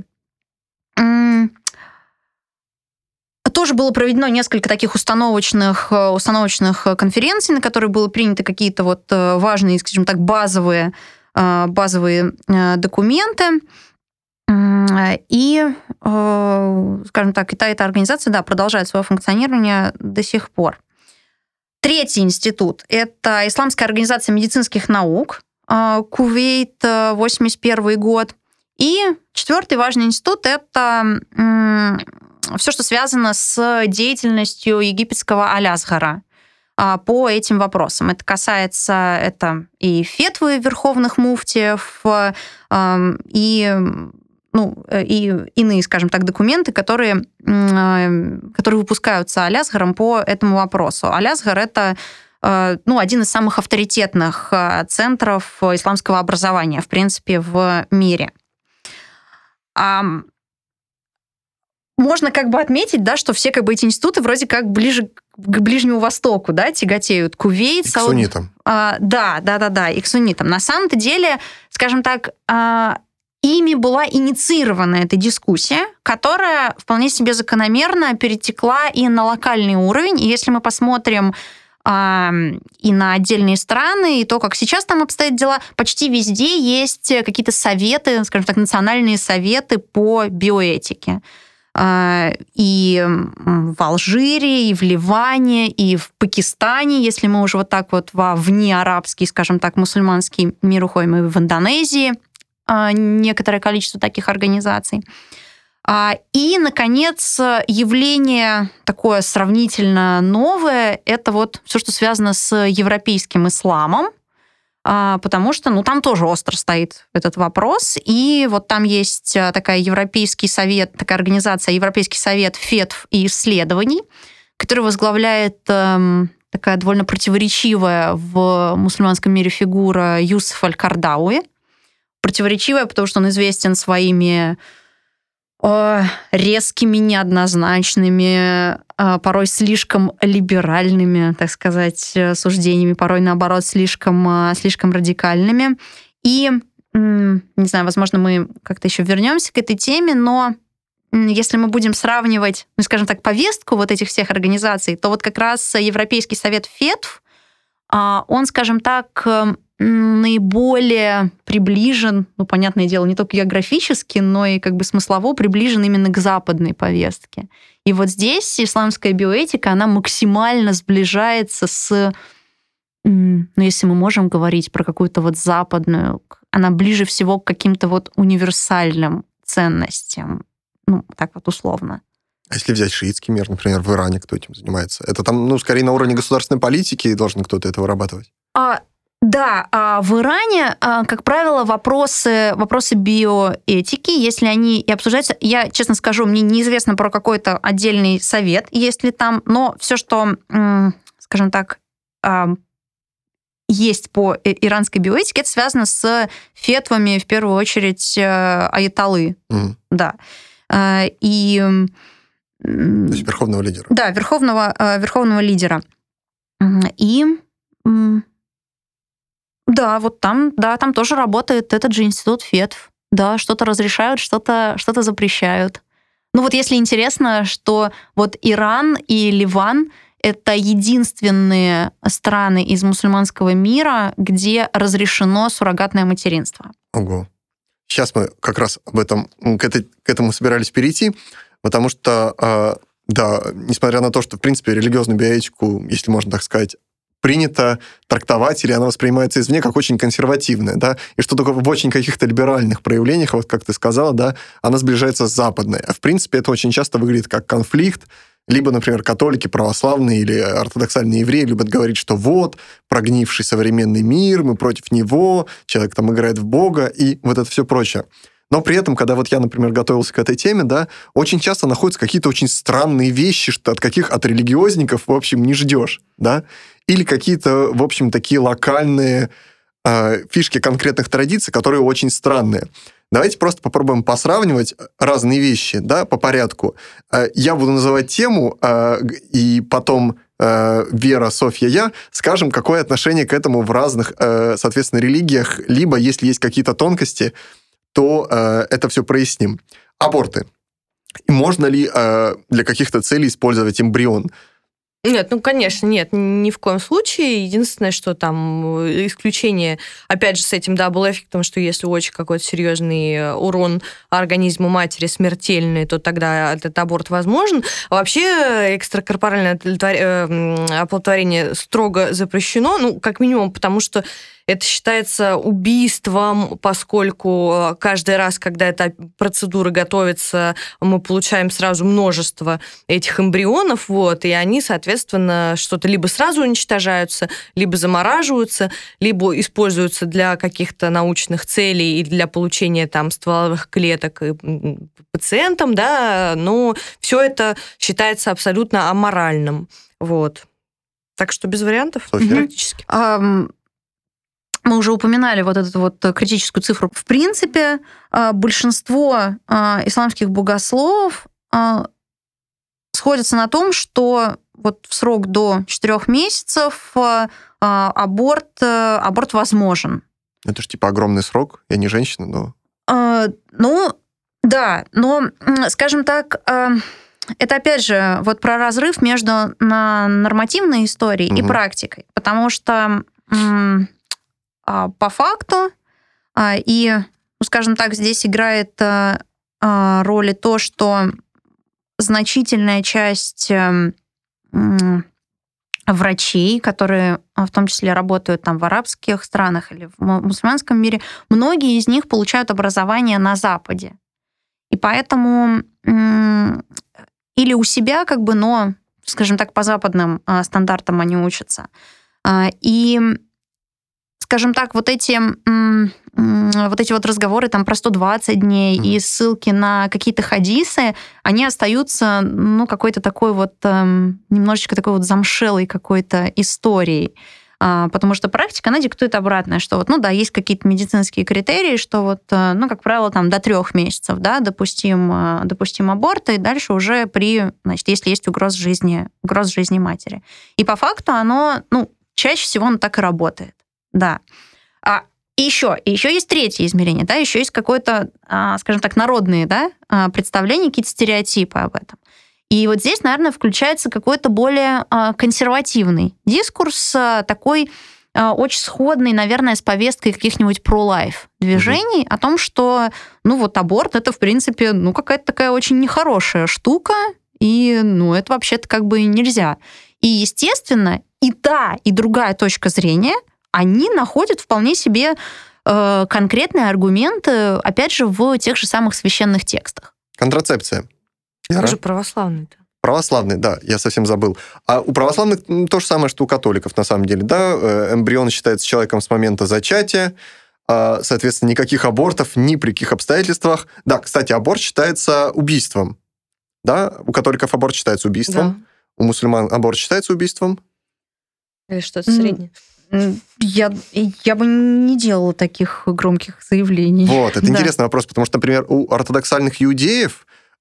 Тоже было проведено несколько таких установочных конференций, на которые были приняты какие-то вот важные, скажем так, базовые документы. И, скажем так, эта организация, да, продолжает свое функционирование до сих пор. Третий институт – это Исламская организация медицинских наук, Кувейт, 1981 год. И четвертый важный институт – это все, что связано с деятельностью египетского Аль-Азгара по этим вопросам. Это касается и фетвы верховных муфтиев, и иные, скажем так, документы, которые выпускаются Аль-Азгаром по этому вопросу. Аль-Азгар – это один из самых авторитетных центров исламского образования, в принципе, в мире. Можно как бы отметить, да, что все как бы эти институты вроде как ближе к Ближнему Востоку, да, тяготеют. Кувейт, и к суннитам. Да, и к суннитам. На самом-то деле, скажем так, ими была инициирована эта дискуссия, которая вполне себе закономерно перетекла и на локальный уровень. И если мы посмотрим и на отдельные страны, и то, как сейчас там обстоят дела, почти везде есть какие-то советы, скажем так, национальные советы по биоэтике. И в Алжире, и в Ливане, и в Пакистане, если мы уже вот так вот во внеарабский, скажем так, мусульманский мир уходим, и в Индонезии некоторое количество таких организаций. И, наконец, явление такое сравнительно новое – это вот все, что связано с европейским исламом, потому что, там тоже остро стоит этот вопрос, и вот там есть такая Европейский совет, такая организация Европейский совет фетв и исследований, который возглавляет такая довольно противоречивая в мусульманском мире фигура Юсеф Аль-Кардауи. Противоречивая, потому что он известен своими резкими, неоднозначными, порой слишком либеральными, так сказать, суждениями, порой, наоборот, слишком радикальными. И, не знаю, возможно, мы как-то еще вернемся к этой теме, но если мы будем сравнивать, скажем так, повестку вот этих всех организаций, то вот как раз Европейский совет фетв, он, скажем так, наиболее приближен, понятное дело, не только географически, но и как бы смыслово приближен именно к западной повестке. И вот здесь исламская биоэтика, она максимально сближается с, если мы можем говорить про какую-то вот западную, она ближе всего к каким-то вот универсальным ценностям, так вот условно. А если взять шиитский мир, например, в Иране, кто этим занимается? Это там, скорее на уровне государственной политики должен кто-то это вырабатывать? Да, в Иране, как правило, вопросы биоэтики, если они и обсуждаются, я, честно скажу, мне неизвестно про какой-то отдельный совет, есть ли там, но все, что, скажем так, есть по иранской биоэтике, это связано с фетвами, в первую очередь, аятоллы. Да. и... То есть верховного лидера. Да, верховного лидера. И... Да, вот там тоже работает этот же институт ФЕТВ. Да, что-то разрешают, что-то запрещают. Ну вот если интересно, что вот Иран и Ливан — это единственные страны из мусульманского мира, где разрешено суррогатное материнство. Ого. Сейчас мы как раз к этому собирались перейти, потому что, да, несмотря на то, что, в принципе, религиозную биоэтику, если можно так сказать, принято трактовать, или она воспринимается извне как очень консервативная, да, и что только в очень каких-то либеральных проявлениях, вот как ты сказала, да, она сближается с западной. А в принципе это очень часто выглядит как конфликт, либо, например, католики, православные или ортодоксальные евреи любят говорить, что вот, прогнивший современный мир, мы против него, человек там играет в Бога, и вот это все прочее. Но при этом, когда вот я, например, готовился к этой теме, да, очень часто находятся какие-то очень странные вещи, что от религиозников, в общем, не ждешь, да, или какие-то, в общем, такие локальные фишки конкретных традиций, которые очень странные. Давайте просто попробуем посравнивать разные вещи, да, по порядку. Я буду называть тему, и потом Вера, Софья, я скажем, какое отношение к этому в разных, соответственно, религиях, либо, если есть какие-то тонкости, то это все проясним. Аборты. И можно ли для каких-то целей использовать эмбрион? Нет, ну, конечно, нет, ни в коем случае. Единственное, что там исключение, опять же, с этим дабл-эффектом, что если очень какой-то серьезный урон организму матери смертельный, то тогда этот аборт возможен. А вообще экстракорпоральное оплодотворение строго запрещено, ну, как минимум, потому что это считается убийством, поскольку каждый раз, когда эта процедура готовится, мы получаем сразу множество этих эмбрионов, вот, и они, соответственно, что-то либо сразу уничтожаются, либо замораживаются, либо используются для каких-то научных целей и для получения там стволовых клеток пациентам, да, но все это считается абсолютно аморальным, вот. Так что без вариантов практически. Мы уже упоминали вот эту вот критическую цифру. В принципе, большинство исламских богословов сходятся на том, что вот в срок до 4 месяцев аборт возможен. Это же типа огромный срок. Я не женщина, но... Ну, да, но, скажем так, это, опять же, вот про разрыв между нормативной историей и практикой. Потому что... По факту, и, скажем так, здесь играет роль и то, что значительная часть врачей, которые в том числе работают там в арабских странах или в мусульманском мире, многие из них получают образование на Западе. И поэтому или у себя, как бы, но, скажем так, по западным стандартам они учатся. И скажем так, вот эти вот разговоры там про 120 дней и ссылки на какие-то хадисы, они остаются, ну, какой-то такой вот, немножечко такой вот замшелой какой-то историей. Потому что практика, она диктует обратное, что вот, ну да, есть какие-то медицинские критерии, что вот, ну, как правило, там до 3 месяцев, да, допустим аборт, и дальше уже значит, если есть угроза жизни матери. И по факту оно, ну, чаще всего оно так и работает. Да. И еще есть третье измерение, да, еще есть какое-то, скажем так, народные, да, представления, какие-то стереотипы об этом. И вот здесь, наверное, включается какой-то более консервативный дискурс, такой очень сходный, наверное, с повесткой каких-нибудь pro-life движений о том, что, ну, вот аборт — это, в принципе, ну, какая-то такая очень нехорошая штука, и, ну, это вообще-то как бы нельзя. И, естественно, и та, и другая точка зрения, они находят вполне себе конкретные аргументы, опять же, в тех же самых священных текстах. Контрацепция. Как же православный-то? Православный, да, я совсем забыл. А у православных то же самое, что у католиков, на самом деле, да. Эмбрион считается человеком с момента зачатия, соответственно, никаких абортов ни при каких обстоятельствах. Да, кстати, аборт считается убийством. Да, у католиков аборт считается убийством. Да. У мусульман аборт считается убийством. Или что-то среднее. Я бы не делала таких громких заявлений. Вот, это интересный вопрос, потому что, например, у ортодоксальных иудеев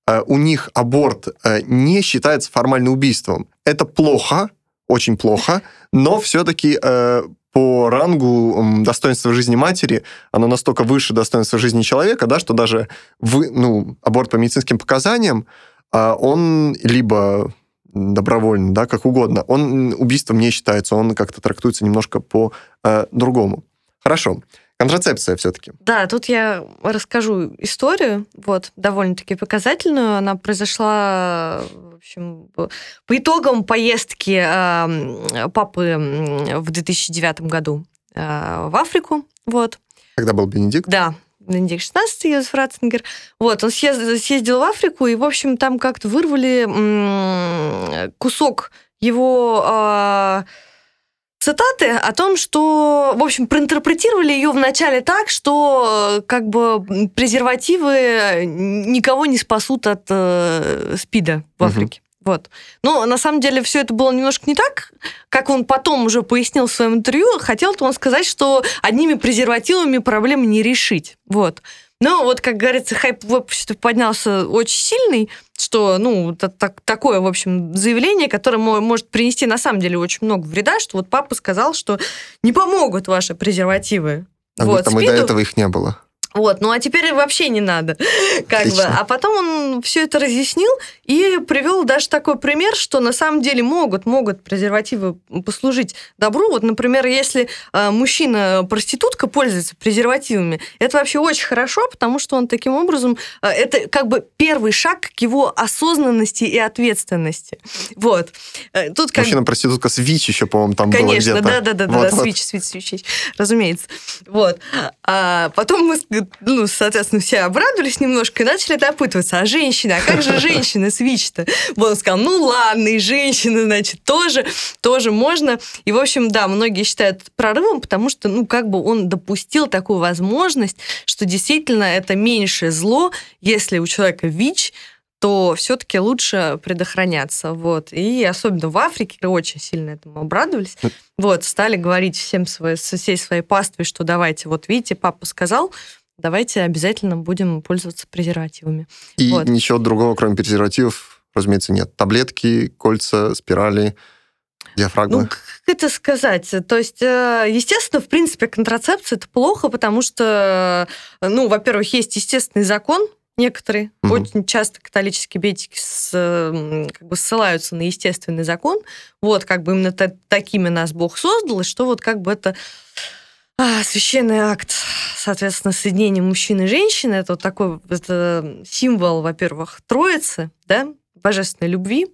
у них аборт не считается формально убийством. Это плохо, очень плохо, но все-таки по рангу достоинства жизни матери оно настолько выше достоинства жизни человека, да, что даже аборт по медицинским показаниям, он либо добровольно, да, как угодно, он убийством не считается, он как-то трактуется немножко по-другому. Хорошо. Контрацепция все-таки. Да, тут я расскажу историю, довольно-таки показательную. Она произошла, в общем, по итогам поездки папы в 2009 году в Африку. Когда был Бенедикт? Да, Бенедикт XVI, Йозеф Ратцингер. Он съездил в Африку, и, в общем, там как-то вырвали кусок его цитаты о том, что, в общем, проинтерпретировали ее вначале так, что как бы презервативы никого не спасут от СПИДа в Африке. Но на самом деле все это было немножко не так, как он потом уже пояснил в своем интервью. Хотел-то он сказать, что одними презервативами проблемы не решить. Но как говорится, хайп в обществе поднялся очень сильный, что, такое, в общем, заявление, которое может принести, на самом деле, очень много вреда, что папа сказал, что не помогут ваши презервативы. Там и до этого их не было. А теперь вообще не надо. А потом он все это разъяснил и привел даже такой пример, что на самом деле могут презервативы послужить добру. Например, если мужчина-проститутка пользуется презервативами, это вообще очень хорошо, потому что он таким образом... Это как бы первый шаг к его осознанности и ответственности. Тут Мужчина-проститутка с ВИЧ еще, по-моему, там было где-то. Конечно, да, с ВИЧ, разумеется. А потом мы, соответственно, все обрадовались немножко и начали допытываться, а женщины, а как же женщины с ВИЧ-то? Он сказал, ладно, и женщины, значит, тоже можно. И, в общем, да, многие считают это прорывом, потому что, он допустил такую возможность, что действительно это меньшее зло, если у человека ВИЧ, то все-таки лучше предохраняться. И особенно в Африке очень сильно этому обрадовались. Стали говорить всей своей пастве, что давайте, видите, папа сказал, давайте обязательно будем пользоваться презервативами. И ничего другого, кроме презервативов, разумеется, нет. Таблетки, кольца, спирали, диафрагмы. Как это сказать? То есть, естественно, в принципе, контрацепция – это плохо, потому что, во-первых, есть естественный закон, некоторые. Очень часто католические биотики ссылаются на естественный закон. Именно такими нас Бог создал, и что это священный акт, соответственно, соединения мужчины и женщины. Это это символ, во-первых, Троицы, да, божественной любви.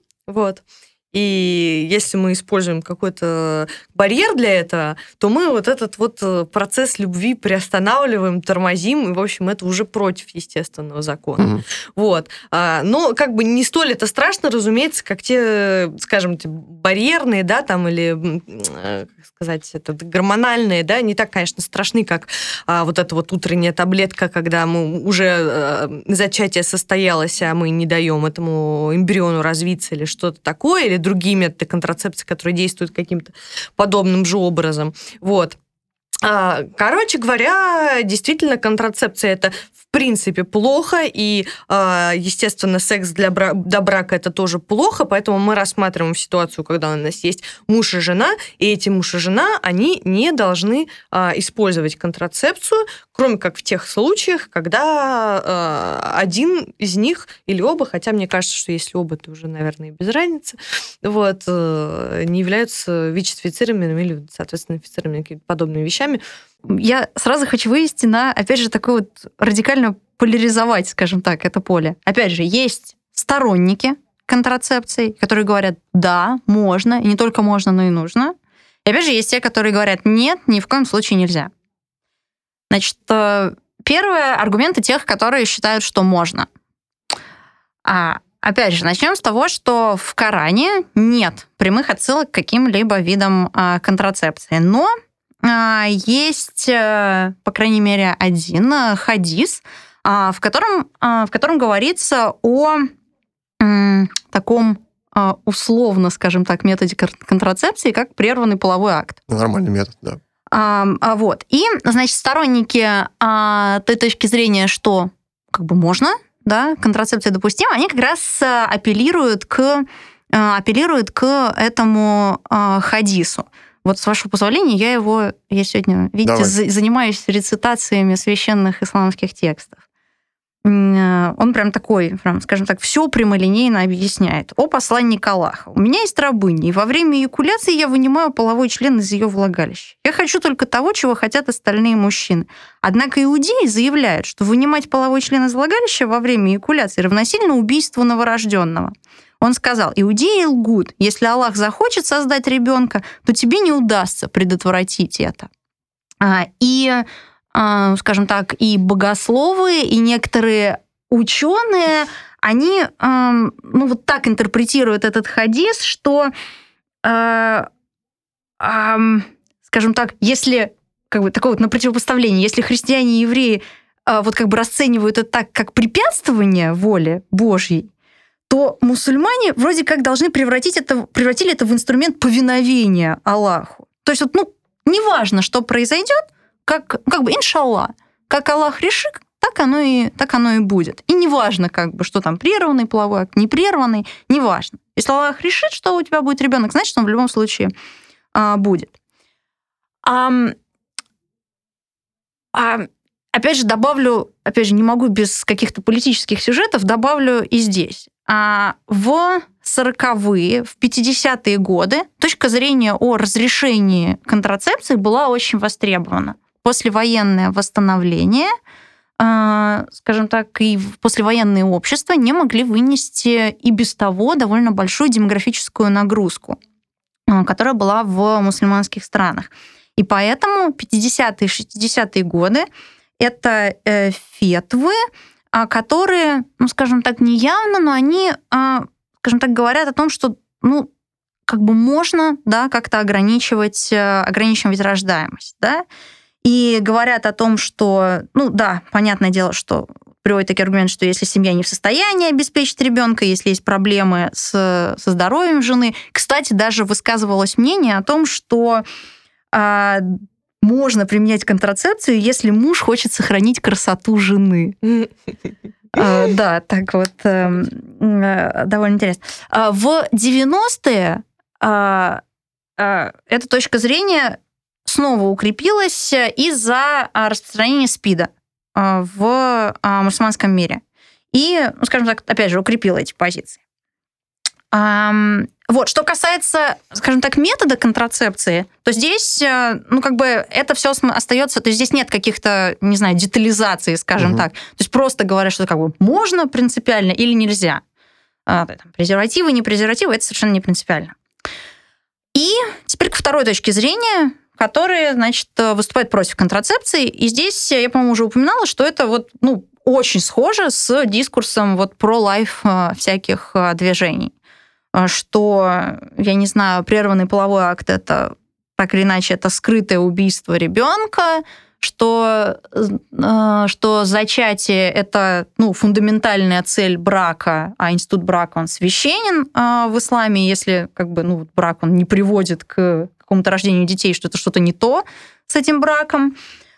И если мы используем какой-то барьер для этого, то мы этот процесс любви приостанавливаем, тормозим, и, в общем, это уже против естественного закона. Но не столь это страшно, разумеется, как те, скажем, барьерные, да, там, или, как сказать, гормональные, да, не так, конечно, страшны, как эта утренняя таблетка, когда мы уже зачатие состоялось, а мы не даем этому эмбриону развиться или что-то такое, или другие методы контрацепции, которые действуют каким-то подобным же образом. Короче говоря, действительно, контрацепция – это в принципе плохо, и, естественно, секс до брака – это тоже плохо, поэтому мы рассматриваем ситуацию, когда у нас есть муж и жена, и эти муж и жена, они не должны использовать контрацепцию, кроме как в тех случаях, когда один из них или оба, хотя мне кажется, что если оба, то уже, наверное, без разницы, не являются ВИЧ-инфицированными или, соответственно, инфицированными какими-то подобными вещами. Я сразу хочу вывести опять же, такой радикально поляризовать, скажем так, это поле. Опять же, есть сторонники контрацепции, которые говорят, да, можно, и не только можно, но и нужно. И опять же, есть те, которые говорят, нет, ни в коем случае нельзя. Значит, первые аргументы тех, которые считают, что можно. Опять же, начнем с того, что в Коране нет прямых отсылок к каким-либо видам контрацепции. Но есть, по крайней мере, один хадис, в котором говорится о таком условно, скажем так, методе контрацепции, как прерванный половой акт. Нормальный метод, да. И, значит, сторонники той точки зрения, что можно, да, контрацепция допустима, они как раз апеллируют к этому хадису. Вот, с вашего позволения, я сегодня, видите, занимаюсь рецитациями священных исламских текстов. Он прям такой, скажем так, все прямолинейно объясняет. «О посланник Аллаха, у меня есть рабыня, и во время эякуляции я вынимаю половой член из ее влагалища. Я хочу только того, чего хотят остальные мужчины. Однако иудеи заявляют, что вынимать половой член из влагалища во время эякуляции равносильно убийству новорожденного». Он сказал: иудеи лгут. Если Аллах захочет создать ребенка, то тебе не удастся предотвратить это. Скажем так, и богословы, и некоторые ученые, они вот так интерпретируют этот хадис, что, скажем так, если такое вот на противопоставление, если христиане и евреи расценивают это так, как препятствование воле Божьей, то мусульмане вроде как должны превратили это в инструмент повиновения Аллаху. То есть неважно, что произойдет, как бы иншаллах, как Аллах решит, так оно и будет. И неважно, что там прерванный половой акт, непрерванный, неважно. Если Аллах решит, что у тебя будет ребенок, значит, он в любом случае будет. Опять же, не могу без каких-то политических сюжетов, добавлю и здесь. В 40-е, в 50-е годы точка зрения о разрешении контрацепции была очень востребована. Послевоенное восстановление, скажем так, и послевоенные общества не могли вынести и без того довольно большую демографическую нагрузку, которая была в мусульманских странах. И поэтому 50-е и 60-е годы это фетвы, которые, скажем так, неявно, но они, скажем так, говорят о том, что, можно, да, как-то ограничивать рождаемость, да, и говорят о том, что, понятное дело, что приводят такие аргументы, что если семья не в состоянии обеспечить ребенка, если есть проблемы со здоровьем жены. Кстати, даже высказывалось мнение о том, что можно применять контрацепцию, если муж хочет сохранить красоту жены. Да, так вот, довольно интересно. В 90-е эта точка зрения снова укрепилась из-за распространения СПИДа в мусульманском мире. И, скажем так, опять же, укрепила эти позиции. Что касается, скажем так, метода контрацепции, то здесь, это все остается, то есть здесь нет каких-то, не знаю, детализаций, скажем так. То есть просто говорят, что можно принципиально или нельзя. Презервативы, не презервативы, это совершенно не принципиально. И теперь ко второй точке зрения, которая, выступает против контрацепции. И здесь я, по-моему, уже упоминала, что это очень схоже с дискурсом про-лайф всяких движений. Что, я не знаю, прерванный половой акт — это, так или иначе, это скрытое убийство ребенка, что зачатие — это фундаментальная цель брака, а институт брака, он священен в исламе. Если брак он не приводит к какому-то рождению детей, что это что-то не то с этим браком.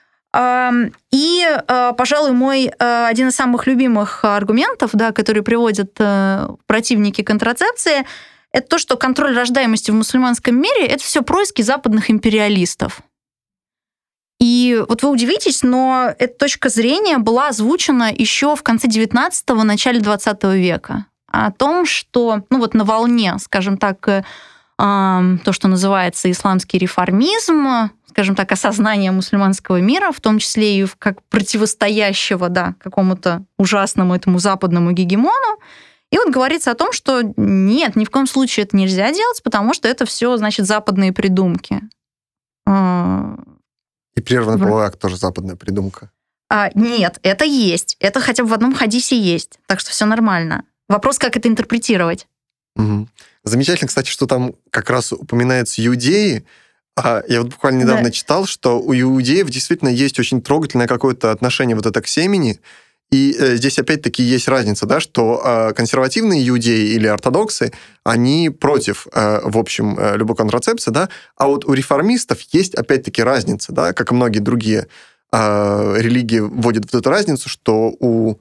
И, пожалуй, один из самых любимых аргументов, да, которые приводят противники контрацепции, это то, что контроль рождаемости в мусульманском мире — это все происки западных империалистов. И вы удивитесь, но эта точка зрения была озвучена еще в конце 19-го, начале 20 века. О том, что на волне, скажем так, то, что называется исламский реформизм, скажем так, осознание мусульманского мира, в том числе и как противостоящего, да, какому-то ужасному этому западному гегемону. И говорится о том, что нет, ни в коем случае это нельзя делать, потому что это все, западные придумки. И прерванный половой акт тоже западная придумка. Нет, это есть. Это хотя бы в одном хадисе есть. Так что все нормально. Вопрос, как это интерпретировать. Угу. Замечательно, кстати, что там как раз упоминаются иудеи. Я буквально недавно читал, что у иудеев действительно есть очень трогательное какое-то отношение это к семени. И здесь опять-таки есть разница, да, что консервативные иудеи или ортодоксы, они против, в общем, любой контрацепции, да, а вот у реформистов есть опять-таки разница, да, как и многие другие религии вводят эту разницу, что у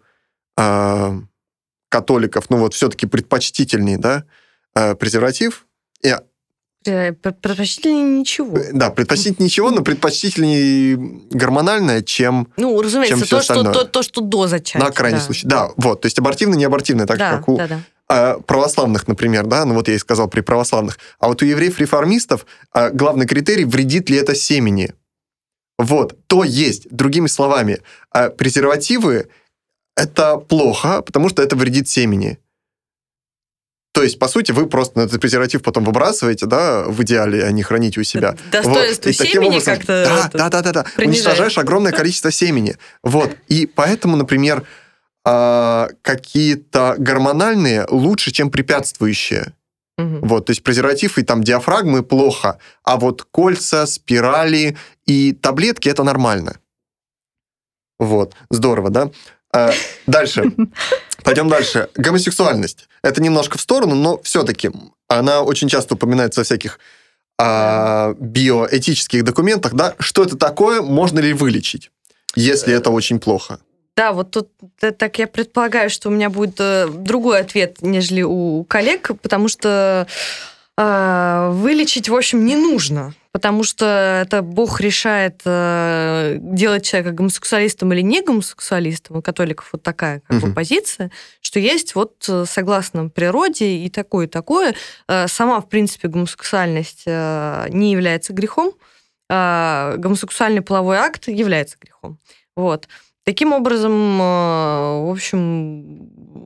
католиков, ну вот все-таки предпочтительнее, да, презерватив. Предпочтительнее ничего. Да, предпочтительнее ничего, но предпочтительнее гормональное, чем Ну, разумеется, чем все остальное. то, что до зачатия. На крайний случай. Да, вот. То есть абортивное, не абортивное, так же, как у православных, например, да, ну вот я и сказал при православных. А вот у евреев-реформистов главный критерий, вредит ли это семени. Вот. То есть, другими словами, презервативы – это плохо, потому что это вредит семени. То есть, по сути, вы просто этот презерватив потом выбрасываете, да, в идеале, а не храните у себя. Достоинство вот. семени образом, как-то... Да. Уничтожаешь огромное количество семени. Вот. И поэтому, например, какие-то гормональные лучше, чем препятствующие. Вот. То есть презерватив и там диафрагмы плохо, а вот кольца, спирали и таблетки – это нормально. Вот. Здорово, да? Дальше. Пойдем дальше. Гомосексуальность. Это немножко в сторону, но все-таки она очень часто упоминается во всяких биоэтических документах. Да? Что это такое? Можно ли вылечить, если это очень плохо? Да, вот тут так я предполагаю, что у меня будет другой ответ, нежели у коллег, потому что вылечить, в общем, не нужно. Потому что это Бог решает, делать человека гомосексуалистом или не гомосексуалистом. У католиков вот такая как бы позиция, что есть вот согласно природе и такое, и такое. Сама, в принципе, гомосексуальность не является грехом. Гомосексуальный половой акт является грехом. Вот. Таким образом, в общем,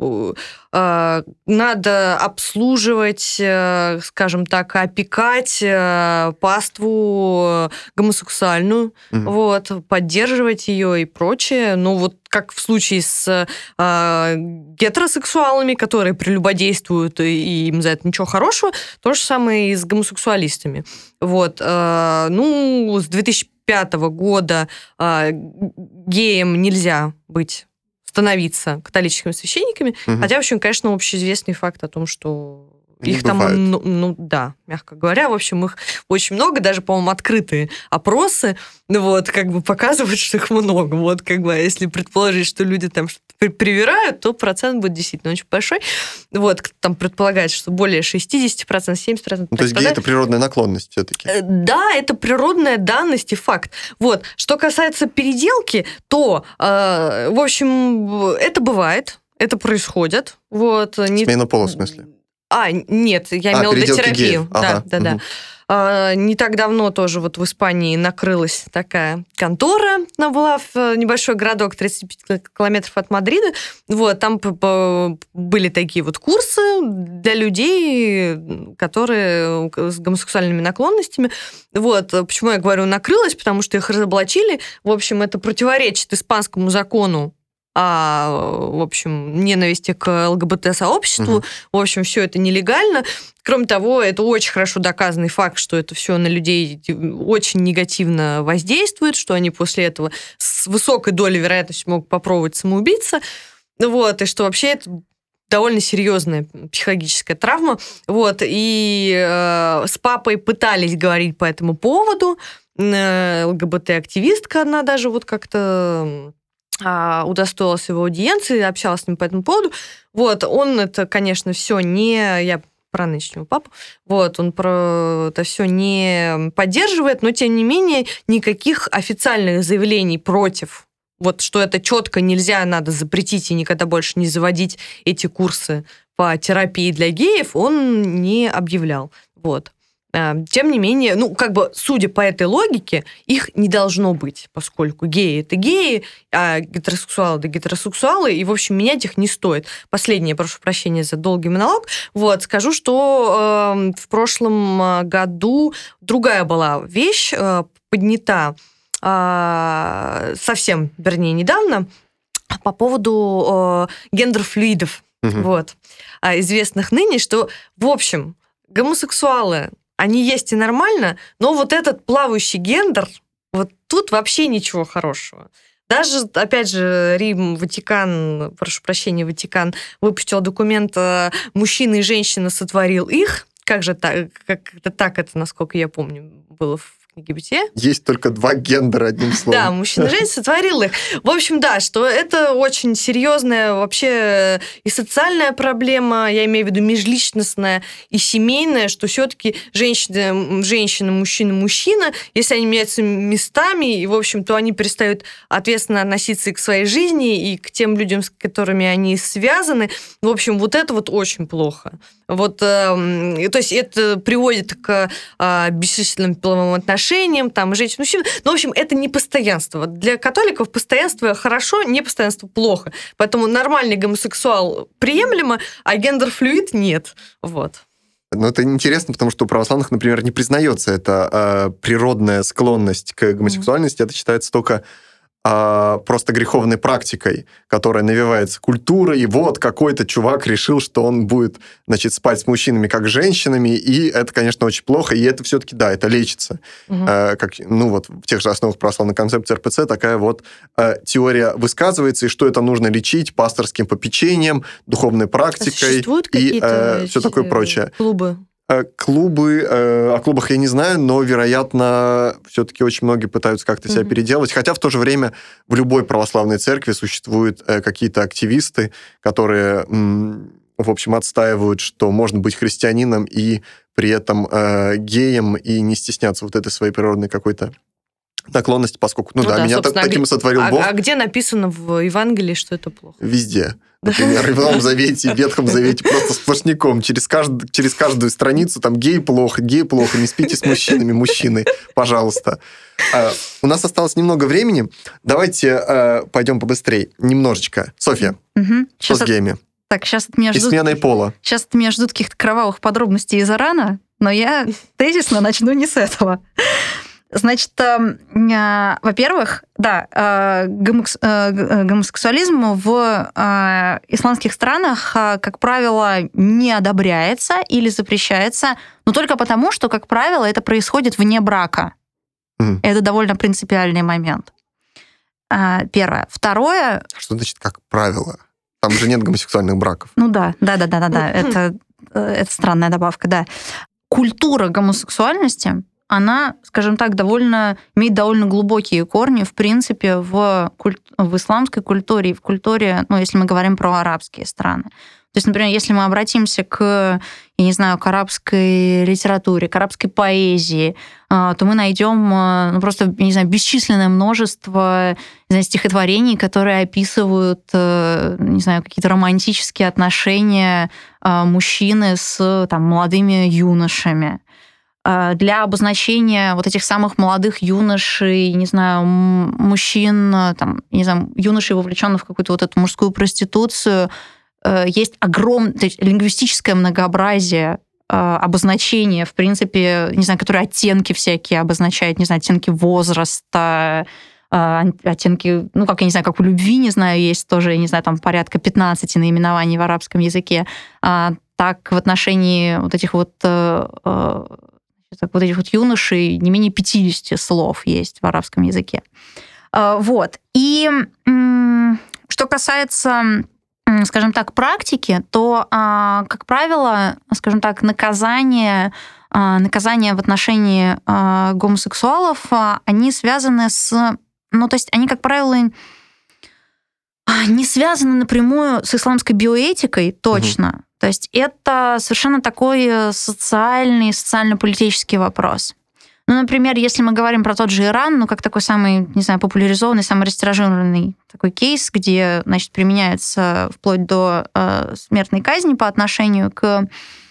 надо обслуживать, скажем так, опекать паству гомосексуальную, вот, поддерживать ее и прочее. Ну, вот как в случае с гетеросексуалами, которые прелюбодействуют, и им за это ничего хорошего, то же самое и с гомосексуалистами. Вот. Ну, с 2005 года геям нельзя становиться католическими священниками, хотя, в общем, конечно, общеизвестный факт о том, что их там, ну да, мягко говоря, в общем, их очень много, даже, по-моему, открытые опросы, вот, как бы показывают, что их много. Вот, как бы, если предположить, что люди там что-то привирают, то процент будет действительно очень большой. Вот, там предполагается, что более 60%, 70%. Ну, то есть гей – это природная наклонность все-таки? Да, это природная данность и факт. Вот. Что касается переделки, то, в общем, это бывает, это происходит. Вот. Смена пола, в смысле? Нет, я имела в виду терапию. Ага. Да. Не так давно тоже вот в Испании накрылась такая контора, она была в небольшой городок, 35 километров от Мадрида. Вот, там были такие вот курсы для людей, которые с гомосексуальными наклонностями. Вот, почему я говорю накрылась, потому что их разоблачили. В общем, это противоречит испанскому закону в общем, ненависти к ЛГБТ-сообществу. В общем, все это нелегально. Кроме того, это очень хорошо доказанный факт, что это все на людей очень негативно воздействует, что они после этого с высокой долей вероятности могут попробовать самоубийца. Вот, и что вообще это довольно серьезная психологическая травма. Вот, и с папой пытались говорить по этому поводу. ЛГБТ-активистка одна даже вот как-то удостоилась его аудиенции, общалась с ним по этому поводу. Вот, он это, конечно, все не... Я про нынешнего папу. Вот, он про это все не поддерживает, но, тем не менее, никаких официальных заявлений против, вот, что это четко нельзя, надо запретить и никогда больше не заводить эти курсы по терапии для геев, он не объявлял. Вот. Тем не менее, ну, как бы, судя по этой логике, их не должно быть, поскольку геи – это геи, а гетеросексуалы – это гетеросексуалы, и, в общем, менять их не стоит. Последнее, прошу прощения за долгий монолог, вот, скажу, что в прошлом году другая была вещь поднята совсем, вернее, недавно, по поводу гендер-флюидов, вот, известных ныне, что, в общем, гомосексуалы – они есть и нормально, но вот этот плавающий гендер, вот тут вообще ничего хорошего. Даже, опять же, Рим, Ватикан, прошу прощения, Ватикан выпустил документ «Мужчина и женщина сотворил их». Как же так? Как-то так это, насколько я помню, было в книге «Бытие». Есть только 2 гендера, одним словом. Да, мужчина и женщина сотворил их. В общем, да, что это очень серьезная вообще и социальная проблема, я имею в виду межличностная и семейная, что все-таки женщина, мужчина, если они меняются местами, и, в общем, то они перестают ответственно относиться и к своей жизни, и к тем людям, с которыми они связаны. В общем, вот это вот очень плохо. Вот, то есть это приводит к бесчисленным половым отношениям, там, женщин, мужчин. Ну, в общем, это не постоянство. Для католиков постоянство хорошо, непостоянство плохо. Поэтому нормальный гомосексуал приемлемо, а гендер-флюид нет. Вот. Но это интересно, потому что у православных, например, не признается эта природная склонность к гомосексуальности. Это считается только просто греховной практикой, которая навевается культурой, и вот какой-то чувак решил, что он будет, значит, спать с мужчинами как с женщинами, и это, конечно, очень плохо, и это все-таки, да, это лечится. Как, ну, вот в тех же основах православной концепции РПЦ такая вот теория высказывается, и что это нужно лечить пасторским попечением, духовной практикой и все такое прочее. Клубы? Клубы, о клубах я не знаю, но, вероятно, все-таки очень многие пытаются как-то себя переделать. Хотя в то же время в любой православной церкви существуют какие-то активисты, которые, в общем, отстаивают, что можно быть христианином и при этом геем и не стесняться вот этой своей природной какой-то наклонности, поскольку, меня таким и сотворил Бог. А где написано в Евангелии, что это плохо? Везде. Например, в Новом Завете, в Ветхом Завете просто сплошняком. Через каждую страницу там гей плохо, не спите с мужчинами, мужчины, пожалуйста. У нас осталось немного времени. Давайте пойдем побыстрее. Немножечко. Софья, что с геями? Так, сейчас от меня ждут... И сменой пола. Сейчас от меня ждут каких-то кровавых подробностей из Ирана, но я тезисно начну не с этого. Значит, во-первых, да, гомосексуализм в исламских странах, как правило, не одобряется или запрещается, но только потому, что, как правило, это происходит вне брака. Это довольно принципиальный момент. Первое. Второе... Что значит «как правило»? Там же нет гомосексуальных браков. Ну да. Это странная добавка, да. Культура гомосексуальности, она, скажем так, имеет довольно глубокие корни, в принципе, в исламской культуре и в культуре, если мы говорим про арабские страны. То есть, например, если мы обратимся к арабской литературе, к арабской поэзии, то мы найдем просто, бесчисленное множество стихотворений, которые описывают, какие-то романтические отношения мужчины с молодыми юношами. Для обозначения вот этих самых молодых юношей, мужчин, юношей, вовлеченных в какую-то вот эту мужскую проституцию, есть огромное, то есть лингвистическое многообразие обозначения, в принципе, которые оттенки всякие обозначают, оттенки возраста, оттенки, как у любви, есть тоже, порядка 15 наименований в арабском языке, так в отношении вот этих вот юношей не менее 50 слов есть в арабском языке. Вот. И что касается, скажем так, практики, то, как правило, скажем так, наказания в отношении гомосексуалов, они связаны с... то есть они, как правило, не связаны напрямую с исламской биоэтикой, точно. То есть это совершенно такой социально-политический вопрос. Например, если мы говорим про тот же Иран, как такой самый, популяризованный, самый растиражированный такой кейс, где, применяется вплоть до смертной казни по отношению к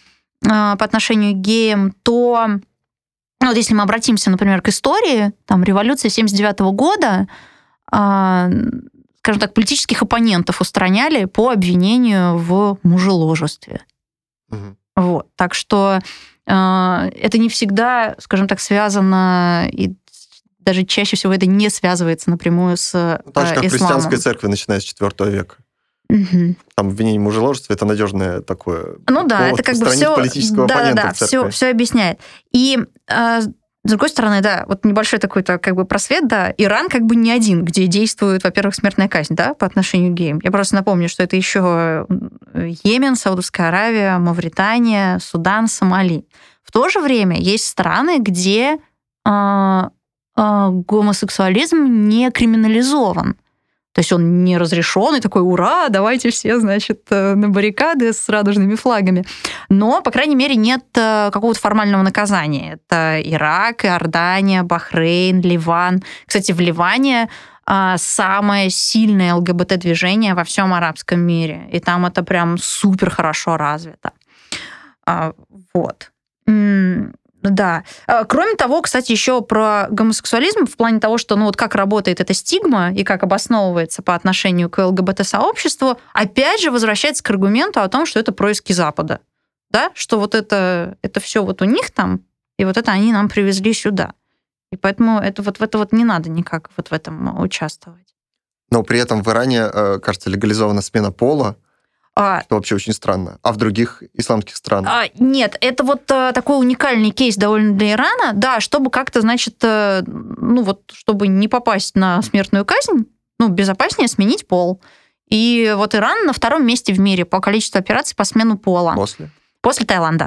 геям, то если мы обратимся, например, к истории, революции 1979 года, скажем так, политических оппонентов устраняли по обвинению в мужеложестве. Вот. Так что это не всегда, скажем так, связано, и даже чаще всего это не связывается напрямую с исламом. Так же, как в христианской церкви, начиная с IV века. Там обвинение в мужеложестве — это надежное такое... это как бы все... политического оппонента в церкви. Все объясняет. И... С другой стороны, да, вот небольшой такой просвет, да, Иран не один, где действует, во-первых, смертная казнь, да, по отношению к геям. Я просто напомню, что это еще Йемен, Саудовская Аравия, Мавритания, Судан, Сомали. В то же время есть страны, где гомосексуализм не криминализован. То есть он не разрешен, и такой, ура, давайте все, значит, на баррикады с радужными флагами. Но, по крайней мере, нет какого-то формального наказания. Это Ирак, Иордания, Бахрейн, Ливан. Кстати, в Ливане самое сильное ЛГБТ-движение во всем арабском мире. И там это прям супер хорошо развито. Вот. Да. Кроме того, кстати, еще про гомосексуализм в плане того, что, ну вот как работает эта стигма и как обосновывается по отношению к ЛГБТ-сообществу, опять же возвращается к аргументу о том, что это происки Запада. Да? Что вот это все вот у них там, и вот это они нам привезли сюда. И поэтому это вот в это вот не надо никак вот в этом участвовать. Но при этом в Иране, кажется, легализована смена пола, что вообще очень странно. А в других исламских странах? Нет, это вот такой уникальный кейс довольно для Ирана, да, чтобы как-то, значит, ну вот, чтобы не попасть на смертную казнь, ну, безопаснее сменить пол. И вот Иран на 2-м месте в мире по количеству операций по смену пола. После Таиланда.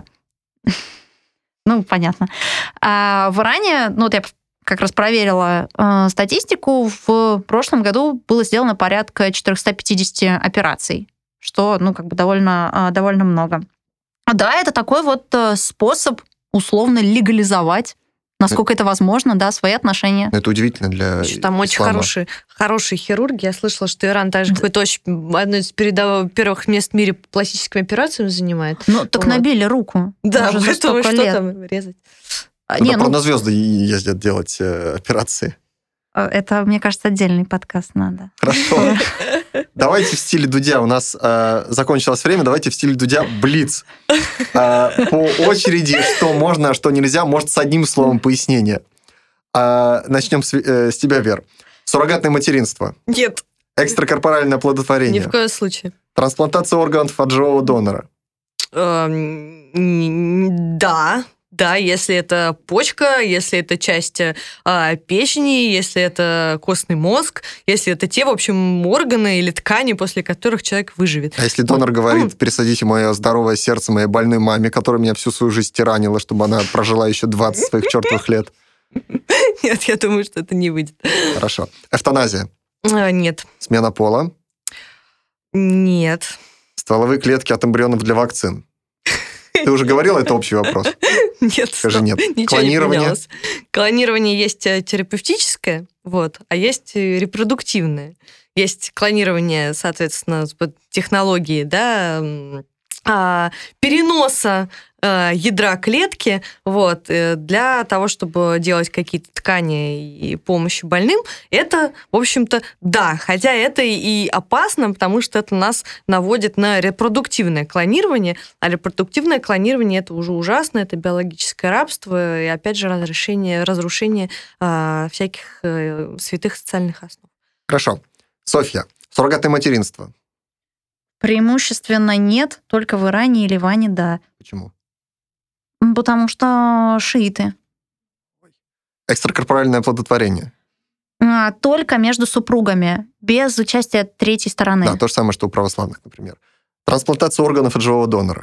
Ну, понятно. А в Иране, ну, вот я как раз проверила статистику, в прошлом году было сделано порядка 450 операций, что, ну, как бы довольно много. Да, это такой вот способ условно легализовать, насколько это возможно, да, свои отношения. Это удивительно для Там ислама. очень хорошие хирурги. Я слышала, что Иран также какой-то одно из первых мест в мире по пластическим операциям занимает. Ну, так вот. Набили руку. Да, уже за столько что лет. там резать? Порнозвезды ездят делать операции. Это, мне кажется, отдельный подкаст надо. Хорошо. Давайте в стиле Дудя. У нас закончилось время. Давайте в стиле Дудя блиц. По очереди, что можно, а что нельзя. Может, с одним словом пояснение. Начнем с тебя, Вер. Суррогатное материнство. Нет. Экстракорпоральное оплодотворение. Ни в коем случае. Трансплантация органов от живого донора. Да, если это почка, если это часть печени, если это костный мозг, если это те, в общем, органы или ткани, после которых человек выживет. А если донор говорит, пересадите мое здоровое сердце моей больной маме, которая меня всю свою жизнь тиранила, чтобы она прожила еще 20 своих чертовых лет? Нет, я думаю, что это не выйдет. Хорошо. Эвтаназия? Нет. Смена пола? Нет. Стволовые клетки от эмбрионов для вакцин? Ты уже говорила, это общий вопрос? Нет. Скажи нет. Клонирование? Не менялось. Клонирование есть терапевтическое, вот, а есть репродуктивное. Есть клонирование, соответственно, по технологии, да, переноса ядра клетки, вот, для того, чтобы делать какие-то ткани и помощи больным, это, в общем-то, да, хотя это и опасно, потому что это нас наводит на репродуктивное клонирование, а репродуктивное клонирование это уже ужасно, это биологическое рабство и, опять же, разрушение всяких святых социальных основ. Хорошо. Софья, суррогатное материнство. Преимущественно нет, только в Иране и Ливане, да. Почему? Потому что шииты. Экстракорпоральное оплодотворение. Только между супругами, без участия третьей стороны. Да, то же самое, что у православных, например. Трансплантация органов от живого донора.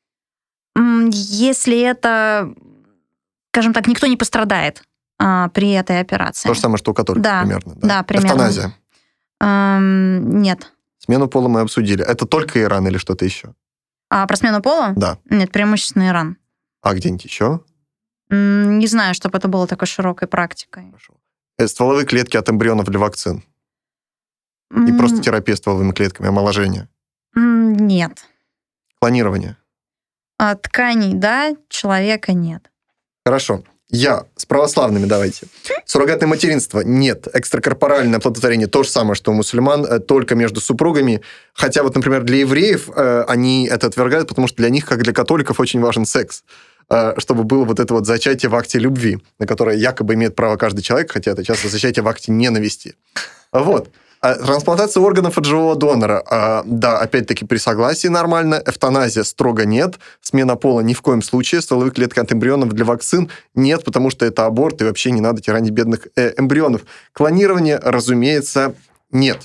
Если это, скажем так, никто не пострадает при этой операции. То же самое, что у католиков, да, примерно. Да, примерно. Эвтаназия. Нет. Смену пола мы обсудили. Это только Иран или что-то еще? Про смену пола? Да. Нет, преимущественно Иран. А где-нибудь еще? Не знаю, чтобы это было такой широкой практикой. Хорошо. Стволовые клетки от эмбрионов для вакцин. И просто терапия стволовыми клетками, омоложение. Нет. Клонирование. Тканей, да, человека нет. Хорошо. Я с православными давайте. Суррогатное материнство нет. Экстракорпоральное оплодотворение то же самое, что у мусульман, только между супругами. Хотя вот, например, для евреев они это отвергают, потому что для них, как для католиков, очень важен секс. Чтобы было вот это вот зачатие в акте любви, на которое якобы имеет право каждый человек, хотя это часто зачатие в акте ненависти. Вот. Трансплантация органов от живого донора. Да, опять-таки при согласии нормально. Эвтаназия строго нет. Смена пола ни в коем случае. Стволовые клетки от эмбрионов для вакцин нет, потому что это аборт, и вообще не надо тиранить бедных эмбрионов. Клонирование, разумеется, нет.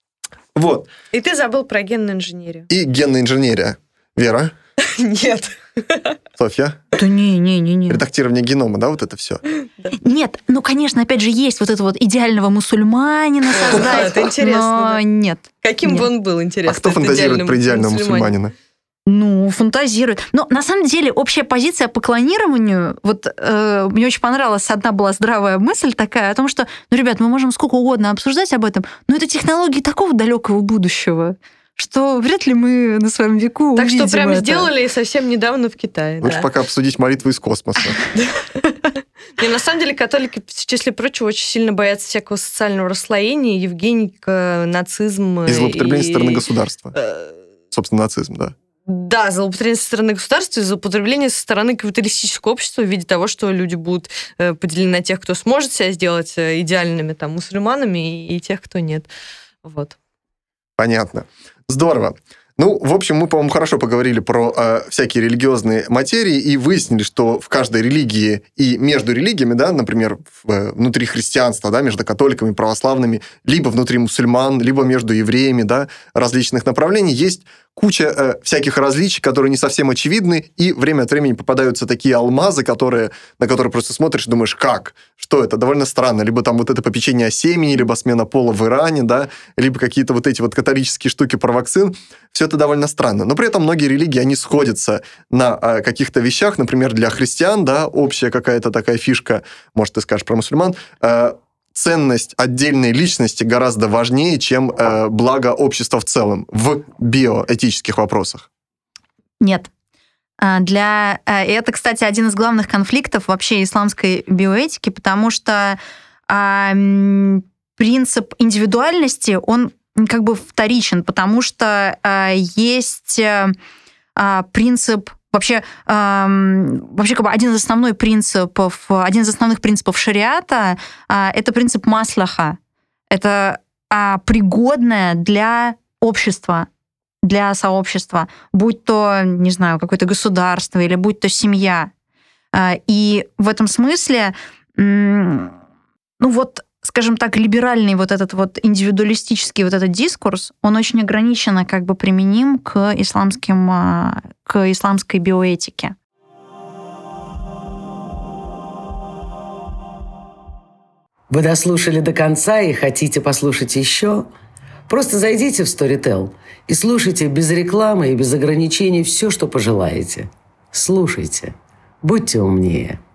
Вот. И ты забыл про генную инженерию. И генная инженерия. Вера? Нет. Софья? Да не. Редактирование генома, да, вот это все? Нет, ну, конечно, опять же, есть вот это вот идеального мусульманина создать. Это интересно. Но нет. Каким бы он был, интересно? А кто фантазирует про идеального мусульманина? Ну, фантазирует. Но на самом деле общая позиция по клонированию, вот мне очень понравилась, одна была здравая мысль такая о том, что, ну, ребят, мы можем сколько угодно обсуждать об этом, но это технологии такого далекого будущего, что вряд ли мы на своем веку так увидим что прям это. сделали совсем недавно в Китае. Лучше да. пока обсудить молитвы из космоса. И на самом деле католики, в числе прочего, очень сильно боятся всякого социального расслоения, евгеника, нацизм. И злоупотребление со стороны государства. Собственно, нацизм, да. Да, злоупотребление со стороны государства и злоупотребление со стороны капиталистического общества в виде того, что люди будут поделены на тех, кто сможет себя сделать идеальными там, мусульманами, и тех, кто нет. Вот. Понятно. Здорово. Ну, в общем, мы, по-моему, хорошо поговорили про всякие религиозные материи и выяснили, что в каждой религии и между религиями, да, например, внутри христианства, да, между католиками, православными, либо внутри мусульман, либо между евреями, да, различных направлений, есть куча всяких различий, которые не совсем очевидны, и время от времени попадаются такие алмазы, на которые просто смотришь и думаешь, как? Что это? Довольно странно. Либо там вот это попечение о семени, либо смена пола в Иране, да, либо какие-то вот эти вот католические штуки про вакцин. Все это довольно странно. Но при этом многие религии, они сходятся на каких-то вещах. Например, для христиан, да, общая какая-то такая фишка, может, ты скажешь про мусульман, ценность отдельной личности гораздо важнее, чем благо общества в целом в биоэтических вопросах. Нет. Это, кстати, один из главных конфликтов вообще исламской биоэтики, потому что принцип индивидуальности, он как бы вторичен, потому что есть принцип вообще как бы один из основных принципов шариата это принцип маслаха. Это пригодное для общества, для сообщества, будь то, не знаю, какое-то государство или будь то семья. И в этом смысле, ну вот, скажем так, либеральный вот этот вот индивидуалистический вот этот дискурс, он очень ограниченно как бы применим к исламской биоэтике. Вы дослушали до конца и хотите послушать еще? Просто зайдите в Storytel и слушайте без рекламы и без ограничений все, что пожелаете. Слушайте. Будьте умнее.